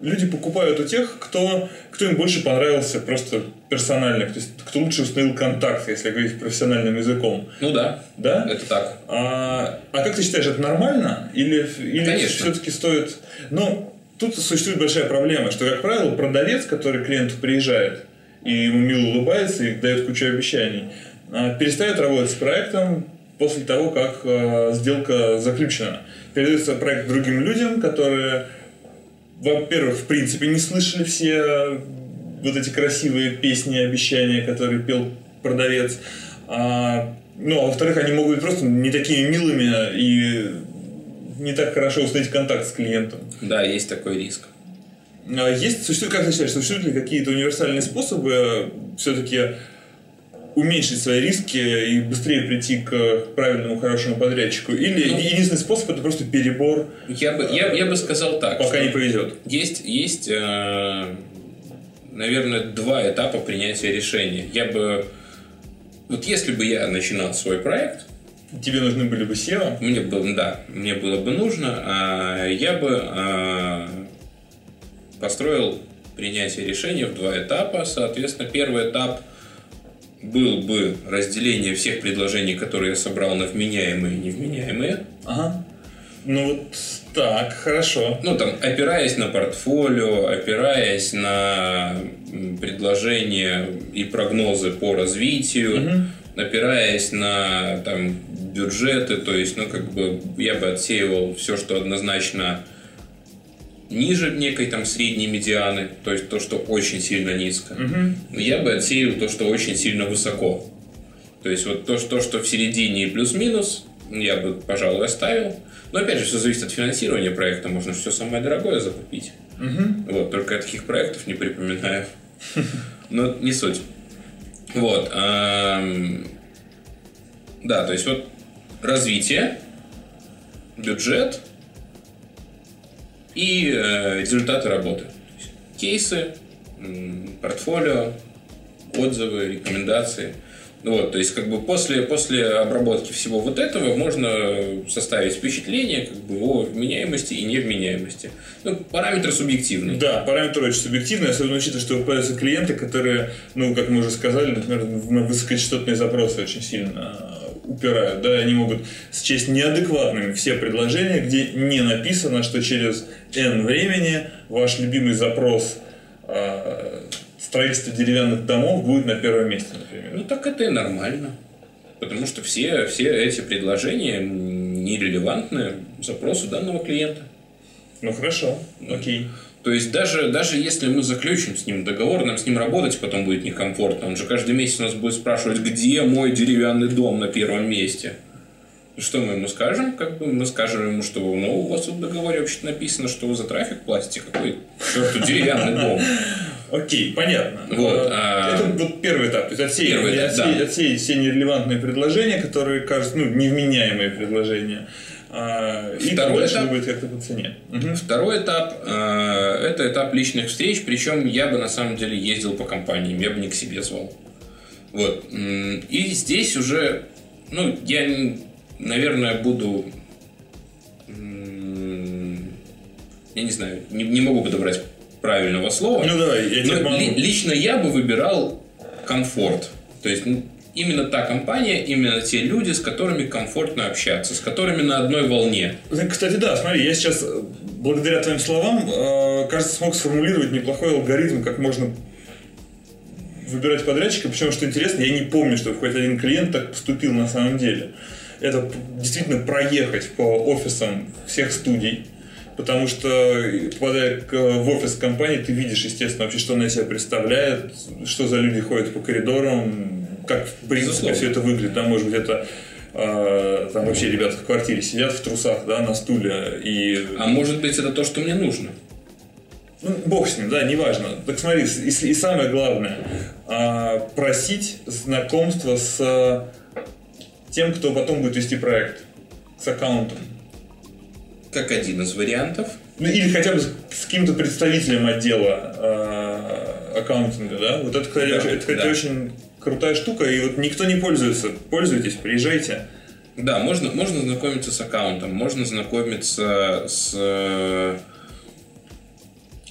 люди покупают у тех, кто, кто им больше понравился просто персонально, то есть кто лучше установил контакт, если говорить профессиональным языком. Ну да, да? Это так. А, а как ты считаешь, это нормально? Или, или все-таки стоит... Ну, тут существует большая проблема, что, как правило, продавец, который к клиенту приезжает и ему мило улыбается и дает кучу обещаний, перестает работать с проектом после того, как э, сделка заключена. Передается проект другим людям, которые, во-первых, в принципе не слышали все вот эти красивые песни и обещания, которые пел продавец. А, ну, а во-вторых, они могут быть просто не такими милыми и не так хорошо установить контакт с клиентом. Да, есть такой риск. А есть, существует, как ты считаешь, существуют ли какие-то универсальные способы все-таки уменьшить свои риски и быстрее прийти к правильному, хорошему подрядчику? Или ну, единственный способ — это просто перебор? Я бы, я, я бы сказал так. Пока не повезет. Есть, есть э, наверное, два этапа принятия решения. Я бы... Вот если бы я начинал свой проект... Тебе нужны были бы сео? Мне бы, да, мне было бы нужно. А я бы а, построил принятие решения в два этапа. Соответственно, первый этап был бы разделение всех предложений, которые я собрал, на вменяемые и невменяемые. Ага. Ну вот так, хорошо. Ну там, опираясь на портфолио, опираясь на предложения и прогнозы по развитию, угу. опираясь на там, бюджеты, то есть, ну, как бы я бы отсеивал все, что однозначно ниже некой там средней медианы, то есть то, что очень сильно низко. Угу. Я бы отсеял то, что очень сильно высоко. То есть вот то, что, что в середине и плюс-минус, я бы, пожалуй, оставил. Но опять же, все зависит от финансирования проекта. Можно все самое дорогое закупить. Угу. Вот, только я таких проектов не припоминаю. Но не суть. Вот. Да, то есть вот развитие, бюджет и э, результаты работы. То есть кейсы, м, портфолио, отзывы, рекомендации. Вот, то есть как бы после, после обработки всего вот этого можно составить впечатление как бы о вменяемости и невменяемости. Ну, параметры субъективные. Да, параметры очень субъективные, особенно учитывая, что попадаются клиенты, которые, ну, как мы уже сказали, например, на высокочастотные запросы очень сильно упирают, да, они могут счесть неадекватными все предложения, где не написано, что через N времени ваш любимый запрос э, строительства деревянных домов будет на первом месте, например. Ну так это и нормально, потому что все, все эти предложения нерелевантны запросу данного клиента. Ну хорошо, окей. То есть даже, даже если мы заключим с ним договор, нам с ним работать потом будет некомфортно. Он же каждый месяц у нас будет спрашивать, где мой деревянный дом на первом месте. Что мы ему скажем? Как бы мы скажем ему, что ну, у вас в договоре вообще-то написано, что вы за трафик платите. Какой черту деревянный дом? Окей, понятно. Вот, а... Это вот первый этап. То есть отсеять, первый этап, отсеять, да. отсеять все нерелевантные предложения, которые кажутся, ну, невменяемые предложения. И второй этап будет как-то по цене. Угу. Второй этап э, это этап личных встреч, причем я бы на самом деле ездил по компаниям, я бы не к себе звал. Вот. И здесь уже, ну, я, наверное, буду, я не знаю, не, не могу подобрать правильного слова. Ну давай, я тебе но ли, лично я бы выбирал комфорт. То есть именно та компания, именно те люди, с которыми комфортно общаться, с которыми на одной волне. Кстати, да, смотри, я сейчас, благодаря твоим словам, кажется, смог сформулировать неплохой алгоритм, как можно выбирать подрядчика. Причем, что интересно, я не помню, что хоть один клиент так поступил на самом деле. Это действительно проехать по офисам всех студий. Потому что, попадая в офис компании, ты видишь, естественно, вообще, что она из себя представляет, что за люди ходят по коридорам, как, в принципе, все это выглядит. Да, может быть, это э, там вообще ребята в квартире сидят в трусах, да, на стуле. И... А может быть, это то, что мне нужно? Ну, бог с ним, да, неважно. Так смотри, и, и самое главное, э, просить знакомства с тем, кто потом будет вести проект, с аккаунтом. Как один из вариантов. Ну, или хотя бы с, с каким-то представителем отдела э, аккаунтинга, да? Вот это, кстати, да, это, кстати, да. очень крутая штука, и вот никто не пользуется. Пользуйтесь, приезжайте. Да, можно, можно знакомиться с аккаунтом, можно знакомиться с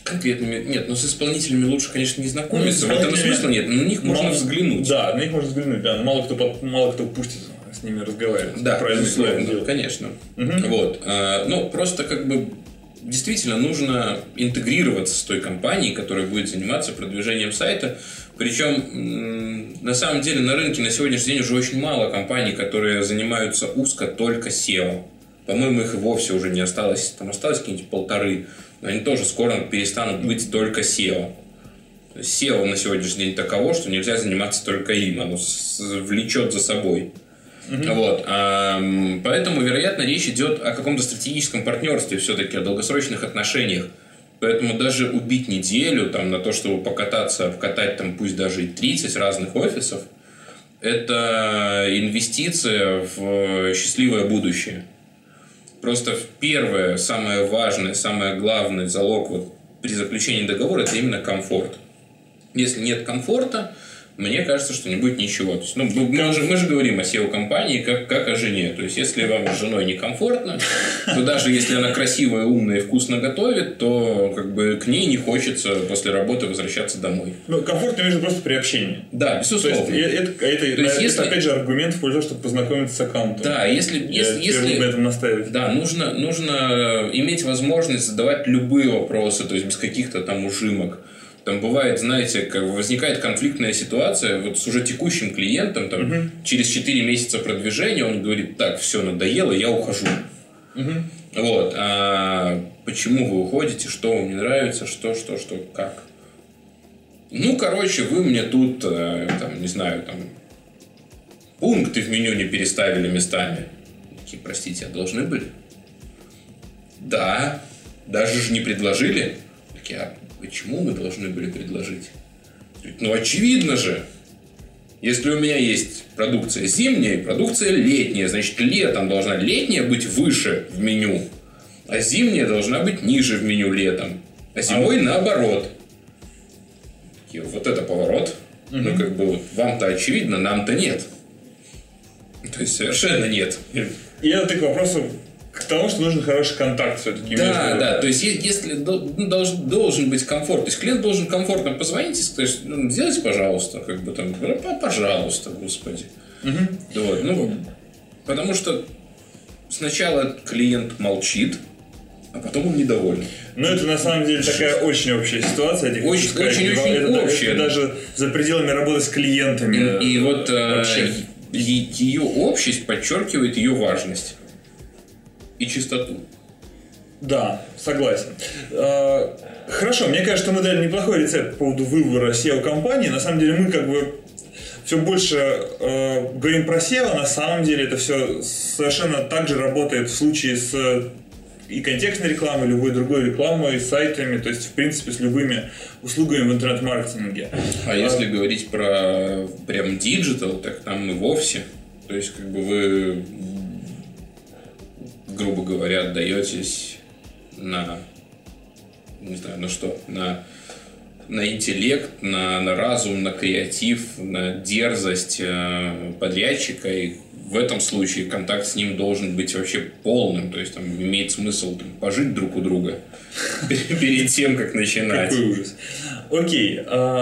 Конкретными. Нет, но с исполнителями лучше, конечно, не знакомиться. Ну, в этом смысла нет. На них можно мало, взглянуть. Да, на них можно взглянуть. Да. Мало, кто, мало кто пустит с ними разговаривать. Да, правильно, безусловно, конечно. Угу. Вот. А, ну, просто как бы действительно нужно интегрироваться с той компанией, которая будет заниматься продвижением сайта. Причем, на самом деле, на рынке на сегодняшний день уже очень мало компаний, которые занимаются узко только сео. По-моему, их и вовсе уже не осталось. Там осталось какие-нибудь полторы. Но они тоже скоро перестанут быть только сео. сео на сегодняшний день таково, что нельзя заниматься только им. Оно влечет за собой. Mm-hmm. Вот. А, поэтому, вероятно, речь идет о каком-то стратегическом партнерстве, все-таки о долгосрочных отношениях. Поэтому даже убить неделю там, на то, чтобы покататься, обкатать там, пусть даже и тридцать разных офисов, это инвестиция в счастливое будущее. Просто первое, самое важное, самое главное залог вот при заключении договора – это именно комфорт. Если нет комфорта, мне кажется, что не будет ничего. То есть, ну, мы, же, мы же говорим о сео-компании как, как о жене. То есть, если вам с женой некомфортно, то даже если она красивая, умная и вкусно готовит, то как бы к ней не хочется после работы возвращаться домой. Ну, комфорт имеется просто при общении. Да, безусловно. То есть, это, это, это, есть, это если... опять же аргумент в пользу, чтобы познакомиться с аккаунтом. Да, если... если, если на этом настаивать. Да, нужно, нужно иметь возможность задавать любые вопросы, то есть без каких-то там ужимок. Там бывает, знаете, как возникает конфликтная ситуация вот с уже текущим клиентом, там, uh-huh. через четыре месяца продвижения он говорит: так, все, надоело, я ухожу. Uh-huh. Вот. А почему вы уходите, что вам не нравится, что, что, что, как? Ну, короче, вы мне тут, там, не знаю, там, пункты в меню не переставили местами. Такие, простите, а должны были? Да. Даже же не предложили. Такие, а почему мы должны были предложить? Ну, очевидно же. Если у меня есть продукция зимняя и продукция летняя, значит, летом должна летняя быть выше в меню, а зимняя должна быть ниже в меню летом, а зимой а наоборот. И вот это поворот. Угу. Ну, как бы, вам-то очевидно, нам-то нет. То есть, совершенно нет. И это к вопросу к тому, что нужен хороший контакт все-таки. Да, между... да, то есть если должен, должен быть комфорт, то есть клиент должен комфортно позвонить и сказать: ну, сделайте, пожалуйста, как бы там, пожалуйста, господи. Угу. Вот, ну, потому что сначала клиент молчит, а потом он недоволен. Ну, это на самом деле такая очень общая ситуация. Очень, очень, очень, очень это, общая. Это даже за пределами работы с клиентами. И, и вот вообще. Ее общесть подчеркивает ее важность и чистоту. Да, согласен. Хорошо, мне кажется, что мы дали неплохой рецепт по поводу выбора сео-компании. На самом деле мы как бы все больше э, говорим про сео, на самом деле это все совершенно так же работает в случае с и контекстной рекламой, любой другой рекламой, сайтами, то есть, в принципе, с любыми услугами в интернет-маркетинге. А, а если говорить про прям диджитал, так там и вовсе. То есть, как бы вы, грубо говоря, отдаетесь на, не знаю, на что, на, на интеллект, на, на разум, на креатив, на дерзость э, подрядчика, и в этом случае контакт с ним должен быть вообще полным, то есть там имеет смысл там, пожить друг у друга перед тем, как начинать. Какой ужас. Окей.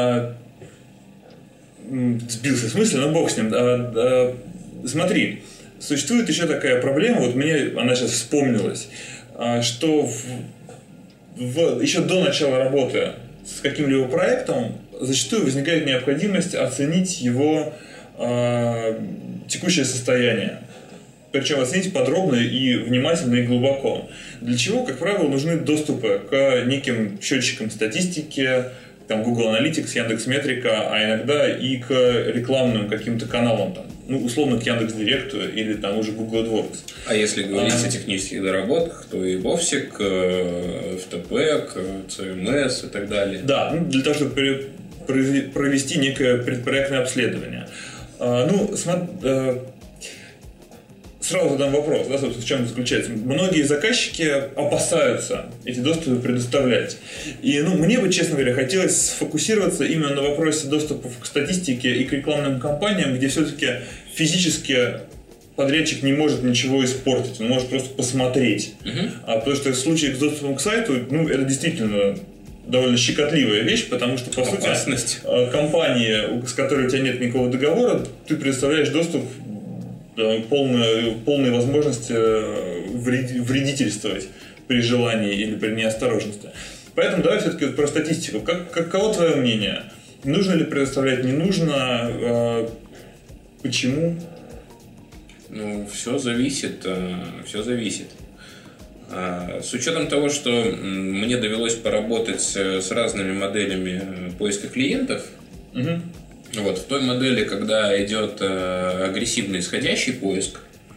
Сбился с мысли, но бог с ним. Смотри, существует еще такая проблема, вот мне она сейчас вспомнилась, что еще до начала работы с каким-либо проектом зачастую возникает необходимость оценить его текущее состояние. Причем оценить подробно и внимательно и глубоко. Для чего, как правило, нужны доступы к неким счетчикам статистики, там Google Analytics, Яндекс.Метрика, а иногда и к рекламным каким-то каналам, там, ну, условно, к Яндекс.Директу или там уже Google AdWords. А если говорить а... о технических доработках, то и вовсе к эф тэ пэ, к си эм эс и так далее. Да, ну, для того, чтобы провести некое предпроектное обследование. Ну, смотри, сразу задам вопрос, да, собственно, в чем это заключается. Многие заказчики опасаются эти доступы предоставлять. И, ну, мне бы, честно говоря, хотелось сфокусироваться именно на вопросе доступов к статистике и к рекламным кампаниям, где все-таки физически подрядчик не может ничего испортить, он может просто посмотреть. Uh-huh. А, потому что в случае с доступом к сайту, ну, это действительно довольно щекотливая вещь, потому что, по Опасность. сути, компании, с которой у тебя нет никакого договора, ты предоставляешь доступ, полную, полные возможности вредительствовать при желании или при неосторожности. Поэтому давай все-таки про статистику. Как, каково твое мнение? Нужно ли предоставлять, не нужно? Почему? Ну, все зависит. Все зависит. С учетом того, что мне довелось поработать с разными моделями поиска клиентов, угу. Вот, в той модели, когда идет агрессивный исходящий поиск,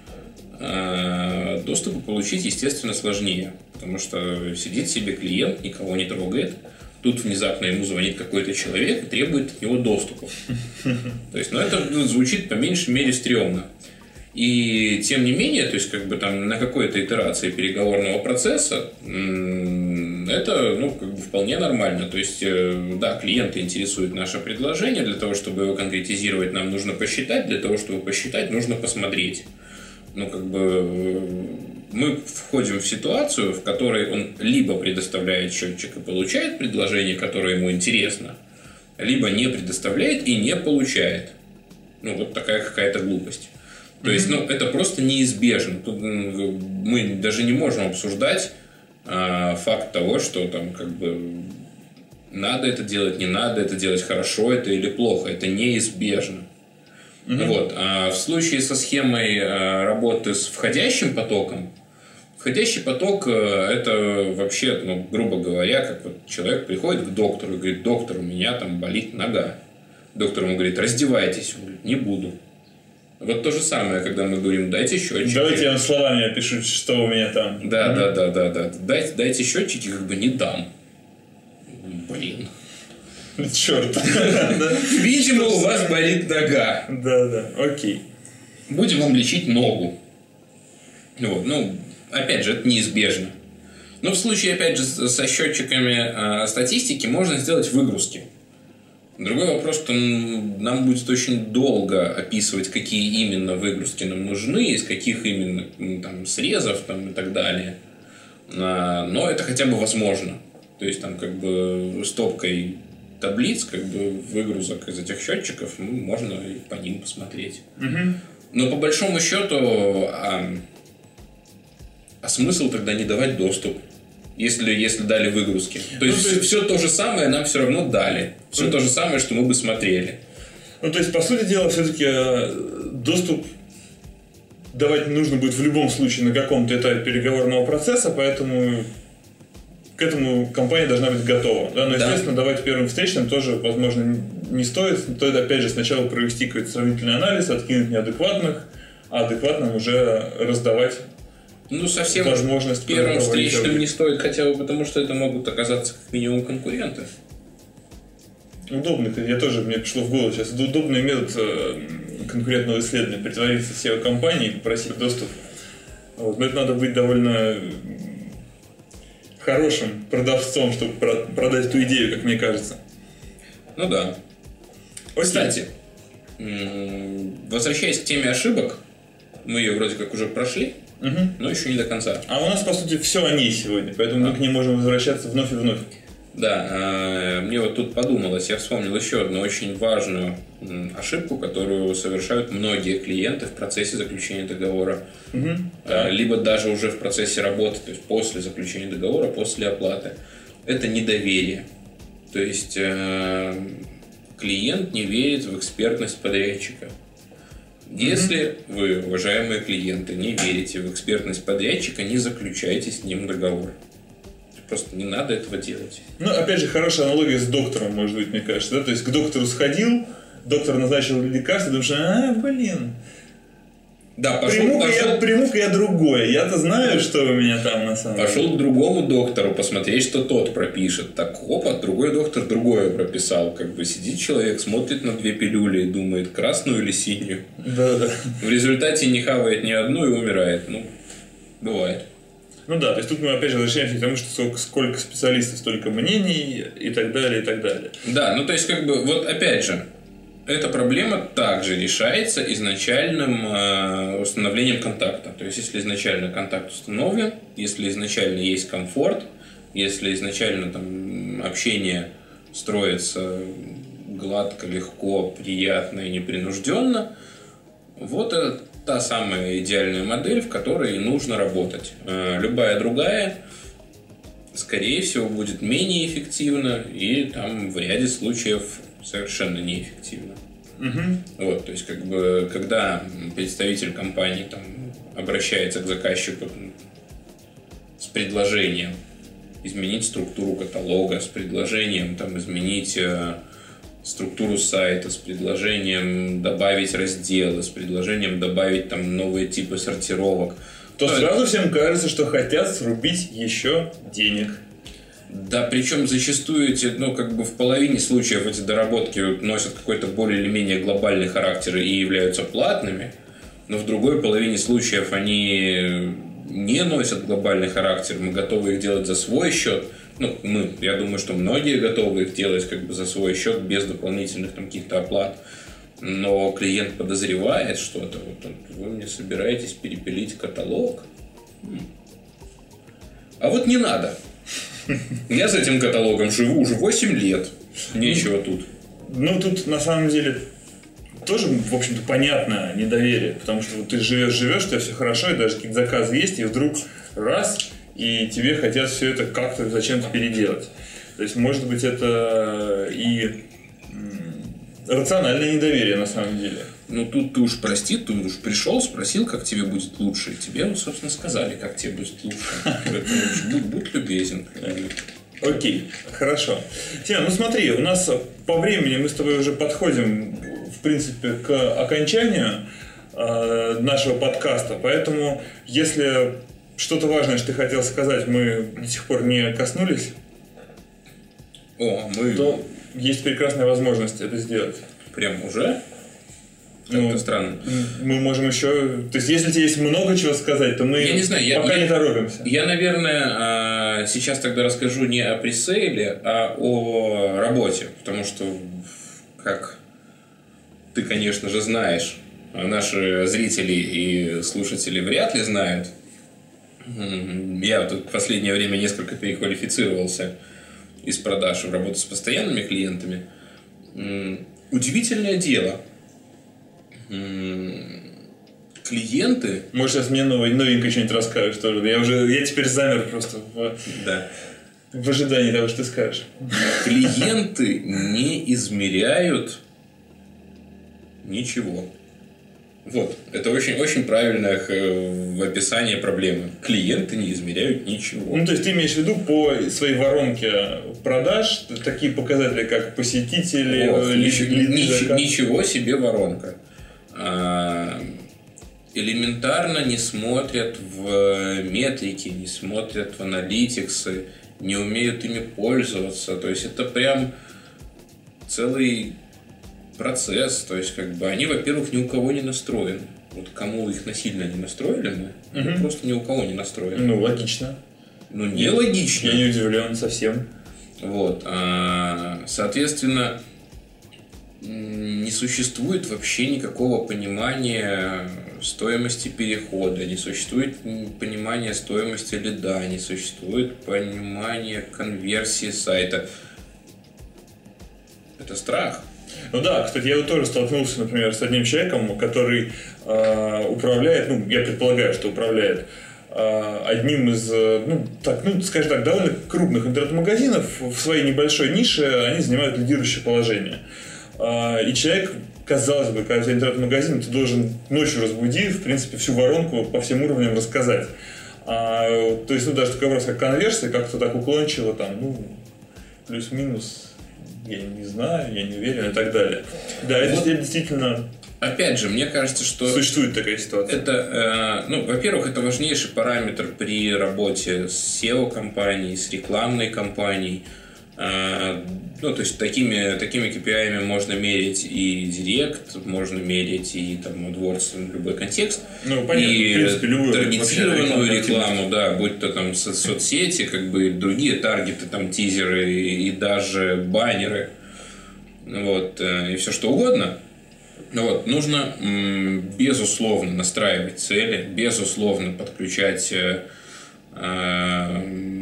доступа получить, естественно, сложнее. Потому что сидит себе клиент, никого не трогает. Тут внезапно ему звонит какой-то человек и требует от него доступа. То есть, ну, это звучит по меньшей мере стрёмно. И тем не менее, то есть, как бы там на какой-то итерации переговорного процесса это, ну, как бы вполне нормально. То есть, да, клиента интересует наше предложение. Для того, чтобы его конкретизировать, нам нужно посчитать. Для того, чтобы посчитать, нужно посмотреть. Ну, как бы мы входим в ситуацию, в которой он либо предоставляет счетчик и получает предложение, которое ему интересно, либо не предоставляет и не получает. Ну, вот такая какая-то глупость. То mm-hmm. есть, ну, это просто неизбежно. Тут мы даже не можем обсуждать а, факт того, что там как бы надо это делать, не надо это делать, хорошо это или плохо. Это неизбежно. Mm-hmm. Вот. А в случае со схемой а, работы с входящим потоком, входящий поток это вообще, ну, грубо говоря, как вот человек приходит к доктору и говорит: доктор, у меня там болит нога. Доктор ему говорит: раздевайтесь. Он говорит: не буду. Вот то же самое, когда мы говорим: дайте счетчики. Давайте я вам словами опишу, что у меня там. Да, mm-hmm. да, да, да, да. Дайте, дайте счетчики, как бы не дам. Блин. Черт. Видимо, у вас болит нога. Да, да, окей. Будем вам лечить ногу. Вот, ну, опять же, это неизбежно. Но в случае, опять же, со счетчиками э, статистики можно сделать выгрузки. Другой вопрос, что нам будет очень долго описывать, какие именно выгрузки нам нужны, из каких именно там, срезов там, и так далее. Но это хотя бы возможно. То есть там как бы стопкой таблиц, как бы выгрузок из этих счетчиков, ну, можно и по ним посмотреть. Угу. Но по большому счету, а, а смысл тогда не давать доступ? Если, если дали выгрузки. То есть, ну, то есть все то же самое нам все равно дали. Все mm-hmm. то же самое, что мы бы смотрели. Ну, то есть, по сути дела, все-таки доступ давать нужно будет в любом случае на каком-то этапе переговорного процесса, поэтому к этому компания должна быть готова. Да? Но, естественно, да. давать первым встречным тоже, возможно, не стоит. Стоит, опять же, сначала провести какой-то сравнительный анализ, откинуть неадекватных, а адекватным уже раздавать. Ну, совсем возможность первым встречным не стоит, хотя бы потому, что это могут оказаться как минимум конкуренты. Удобный, я тоже, мне пришло в голову сейчас, удобный метод конкурентного исследования: притвориться в сео компании и попросить доступ. Вот. Но это надо быть довольно хорошим продавцом, чтобы продать эту идею, как мне кажется. Ну да. Окей. Кстати, возвращаясь к теме ошибок, мы ее вроде как уже прошли. Угу. Но еще не до конца. А у нас, по сути, все о ней сегодня, поэтому а. мы к ней можем возвращаться вновь и вновь. Да, мне вот тут подумалось, я вспомнил еще одну очень важную ошибку, которую совершают многие клиенты в процессе заключения договора. Угу. Либо даже уже в процессе работы, то есть после заключения договора, после оплаты. Это недоверие. То есть клиент не верит в экспертность подрядчика. Если mm-hmm. вы, уважаемые клиенты, не верите в экспертность подрядчика, не заключайте с ним договор. Просто не надо этого делать. Ну, опять же, хорошая аналогия с доктором, может быть, мне кажется. Да? То есть к доктору сходил, доктор назначил лекарство, думаешь: а, блин, да, пошел, приму-ка, пошел... Я, приму-ка я другое. Я-то знаю, что у меня там на самом деле. Пошел к другому доктору посмотреть, что тот пропишет. Так, опа, другой доктор другое прописал. Как бы сидит человек, смотрит на две пилюли и думает, красную или синюю. Да, да. В результате не хавает ни одну и умирает. Ну, бывает. Ну да, то есть тут мы опять же возвращаемся к тому, что сколько, сколько специалистов, столько мнений и так далее, и так далее. Да, ну то есть как бы, вот опять же, эта проблема также решается изначальным э, установлением контакта. То есть, если изначально контакт установлен, если изначально есть комфорт, Если изначально там общение строится гладко, легко, приятно и непринужденно, вот это та самая идеальная модель, в которой нужно работать. Любая другая, скорее всего, будет менее эффективна и там в ряде случаев совершенно неэффективна. Угу. Вот, то есть, как бы, когда представитель компании там обращается к заказчику с предложением изменить структуру каталога, с предложением там, изменить э, структуру сайта, с предложением добавить разделы, с предложением добавить там, новые типы сортировок, то ну, сразу всем кажется, что хотят срубить еще денег. Да, причем зачастую эти, ну, как бы в половине случаев эти доработки носят какой-то более или менее глобальный характер и являются платными, но в другой половине случаев они не носят глобальный характер, мы готовы их делать за свой счет. Ну, мы, я думаю, что многие готовы их делать как бы за свой счет, без дополнительных там каких-то оплат. Но клиент подозревает что-то. Вот, вы мне собираетесь перепилить каталог? А вот не надо. Я с этим каталогом живу уже восемь лет. Нечего тут. Ну, тут на самом деле тоже, в общем-то, понятно недоверие, потому что вот ты живешь-живешь, у тебя все хорошо, и даже какие-то заказы есть, и вдруг раз, и тебе хотят все это как-то зачем-то переделать. То есть, может быть, это и рациональное недоверие на самом деле. Ну, тут ты уж прости, ты уж пришел, спросил, как тебе будет лучше, и тебе, вот, собственно, сказали, как тебе будет лучше. Будь, будь любезен. Окей, хорошо. Тима, ну смотри, у нас по времени мы с тобой уже подходим, в принципе, к окончанию э, нашего подкаста, поэтому, если что-то важное, что ты хотел сказать, мы до сих пор не коснулись, О, мы... то есть прекрасная возможность это сделать. Прям уже? Ну, это странно. Мы можем еще... То есть, если тебе есть много чего сказать, то мы я не знаю, я, пока я, не торопимся. Я, наверное, сейчас тогда расскажу не о пресейле, а о работе. Потому что, как ты, конечно же, знаешь, наши зрители и слушатели вряд ли знают. Я тут в последнее время несколько переквалифицировался из продаж в работу с постоянными клиентами. Удивительное дело. Клиенты... Может, сейчас мне новенькое что-нибудь расскажешь тоже. Я уже, я теперь замер просто в, да. в ожидании того, что ты скажешь. Клиенты не измеряют ничего. Вот. Это очень, очень правильное описание проблемы. Клиенты не измеряют ничего. Ну, то есть, ты имеешь в виду по своей воронке продаж такие показатели, как посетители, вот. ли, Нич- ли, нич- ничего себе воронка. А, элементарно не смотрят в метрики, не смотрят в аналитиксы, не умеют ими пользоваться. То есть, это прям целый... процесс, то есть как бы они, во-первых, ни у кого не настроены. Вот кому их насильно не настроили мы, угу. ну, просто ни у кого не настроены. Ну, логично. Ну, не логично. Я не удивлен совсем. Вот. А, соответственно, не существует вообще никакого понимания стоимости перехода, не существует понимания стоимости лида, не существует понимания конверсии сайта. Это страх. Ну да, кстати, я вот тоже столкнулся, например, с одним человеком, который э, управляет, ну, я предполагаю, что управляет э, одним из, ну, так, ну, скажем так, довольно крупных интернет-магазинов в своей небольшой нише, они занимают лидирующее положение. Э, и человек, казалось бы, когда у тебя интернет-магазин, ты должен ночью разбудив, в принципе, всю воронку по всем уровням рассказать. А, то есть, ну, даже такой вопрос, как конверсия, как-то так уклончиво, там, ну, плюс-минус... Я не знаю, я не уверен и так далее. Да, это вот, действительно... Опять же, мне кажется, что... Существует такая ситуация. Это, э, ну, во-первых, это важнейший параметр при работе с сео-компанией, с рекламной компанией. Э, ну, то есть, такими, такими кей пи ай можно мерить и директ, можно мерить и там AdWords, любой контекст. Ну, понятно, и в принципе, любую таргетированную рекламу, да, будь то там со- соцсети, как бы другие таргеты, там тизеры и, и даже баннеры, вот, э, и все что угодно. Вот, нужно, м, безусловно, настраивать цели, безусловно, подключать э, э,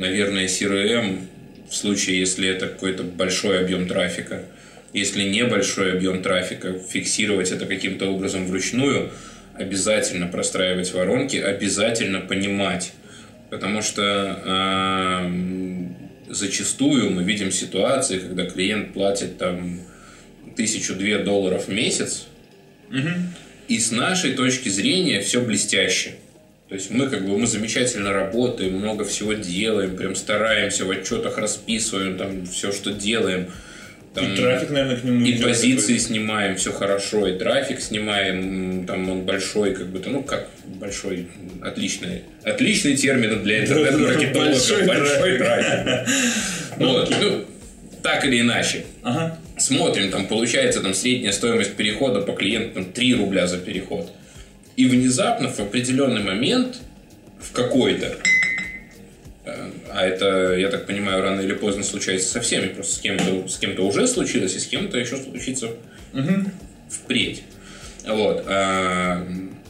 наверное, си эр эм в случае, если это какой-то большой объем трафика. Если небольшой объем трафика, фиксировать это каким-то образом вручную, обязательно простраивать воронки, обязательно понимать. Потому что э, зачастую мы видим ситуации, когда клиент платит там тысячу-две долларов в месяц, угу. и с нашей точки зрения все блестяще. То есть мы как бы мы замечательно работаем, много всего делаем, прям стараемся, в отчетах расписываем там все, что делаем. Там, и трафик, наверное, к нему и идет позиции такой. Снимаем, все хорошо, и трафик снимаем, там он большой, как бы, ну как большой, отличный, отличный термин для интернет-маркетолога, большой, большой трафик. Вот, ну, так или иначе. Ага. Смотрим, там получается там средняя стоимость перехода по клиенту три рубля за переход. И внезапно в определенный момент, в какой-то, а это, я так понимаю, рано или поздно случается со всеми, просто с кем-то, с кем-то уже случилось, и с кем-то еще случится угу. впредь. Вот. А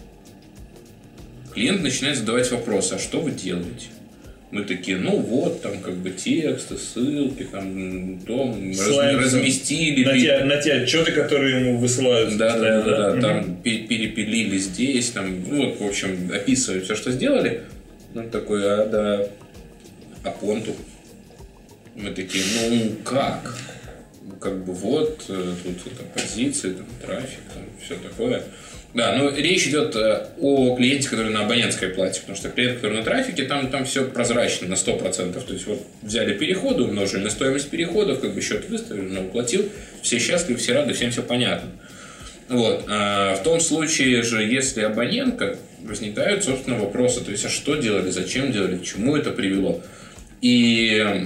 клиент начинает задавать вопросы, а что вы делаете? Мы такие, ну вот, там как бы тексты, ссылки, там, дом, разместили. На те, на те отчеты, которые ему высылают. Да, да, да, да, да. Там перепилили здесь, там, ну, вот, в общем, описывают все, что сделали. Ну, такой, а, да, а понту. Мы такие, ну, как? Как бы вот, тут это позиции, там, трафик, там, все такое. Да, но речь идет о клиенте, который на абонентской плате, потому что клиент, который на трафике, там, там все прозрачно на сто процентов. То есть вот взяли переходы, умножили на стоимость переходов, как бы счет выставили, но уплатил, все счастливы, все рады, всем все понятно. Вот. А в том случае же, если абонентка, возникают, собственно, вопросы, то есть, а что делали, зачем делали, к чему это привело. И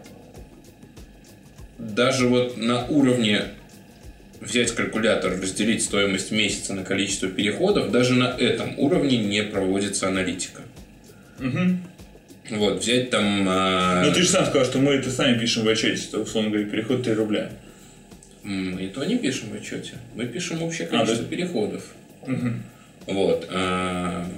даже вот на уровне взять калькулятор, разделить стоимость месяца на количество переходов, даже на этом уровне не проводится аналитика. Угу. Вот, взять там... А... Ну, ты же сам сказал, что мы это сами пишем в отчете, что, условно говоря, переход три рубля. Мы этого не пишем в отчете. Мы пишем общее количество а, да? переходов. Угу. Вот. А...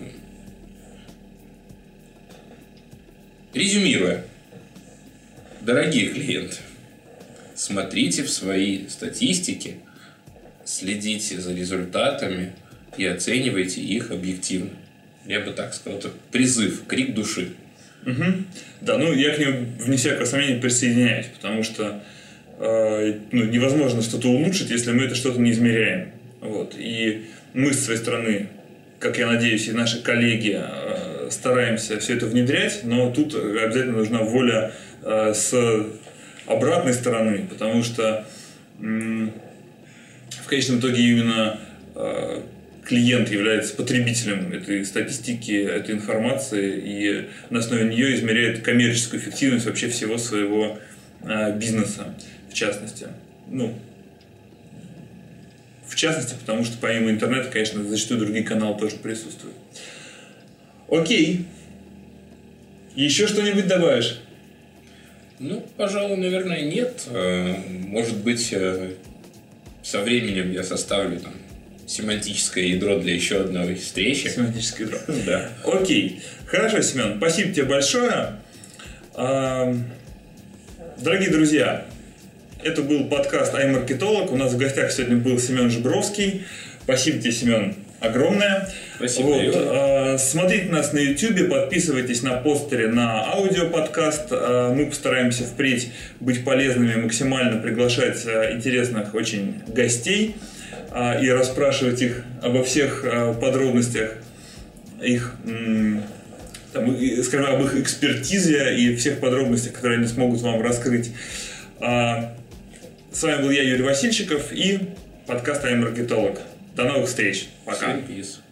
Резюмируя. Дорогие клиенты, смотрите в свои статистики, следите за результатами и оценивайте их объективно. Я бы так сказал, это призыв, крик души. Угу. Да, ну я к нему вне всякого сомнения присоединяюсь, потому что э, ну, невозможно что-то улучшить, если мы это что-то не измеряем. Вот. И мы с своей стороны, как я надеюсь, и наши коллеги э, стараемся все это внедрять, но тут обязательно нужна воля э, с обратной стороны, потому что м- в конечном итоге именно э, клиент является потребителем этой статистики, этой информации, и на основе нее измеряет коммерческую эффективность вообще всего своего э, бизнеса, в частности. Ну, в частности, потому что помимо интернета, конечно, зачастую другие каналы тоже присутствуют. Окей. Еще что-нибудь добавишь? Ну, пожалуй, наверное, нет. Может быть, со временем я составлю там семантическое ядро для еще одной встречи. Семантическое ядро. Да. Окей. Хорошо, Семен. Спасибо тебе большое. Дорогие друзья, это был подкаст iMarketolog. У нас в гостях сегодня был Семен Жибровский. Спасибо тебе, Семен, огромное. Спасибо. Вот. А, смотрите нас на YouTube, подписывайтесь на постере на аудиоподкаст. А, мы постараемся впредь быть полезными, максимально приглашать а, интересных очень гостей а, и расспрашивать их обо всех а, подробностях их, м- там, и, скажем, об их экспертизе и всех подробностях, которые они смогут вам раскрыть. А, с вами был я, Юрий Васильчиков, и подкаст iMarketolog. До новых встреч. Пока. Всем peace.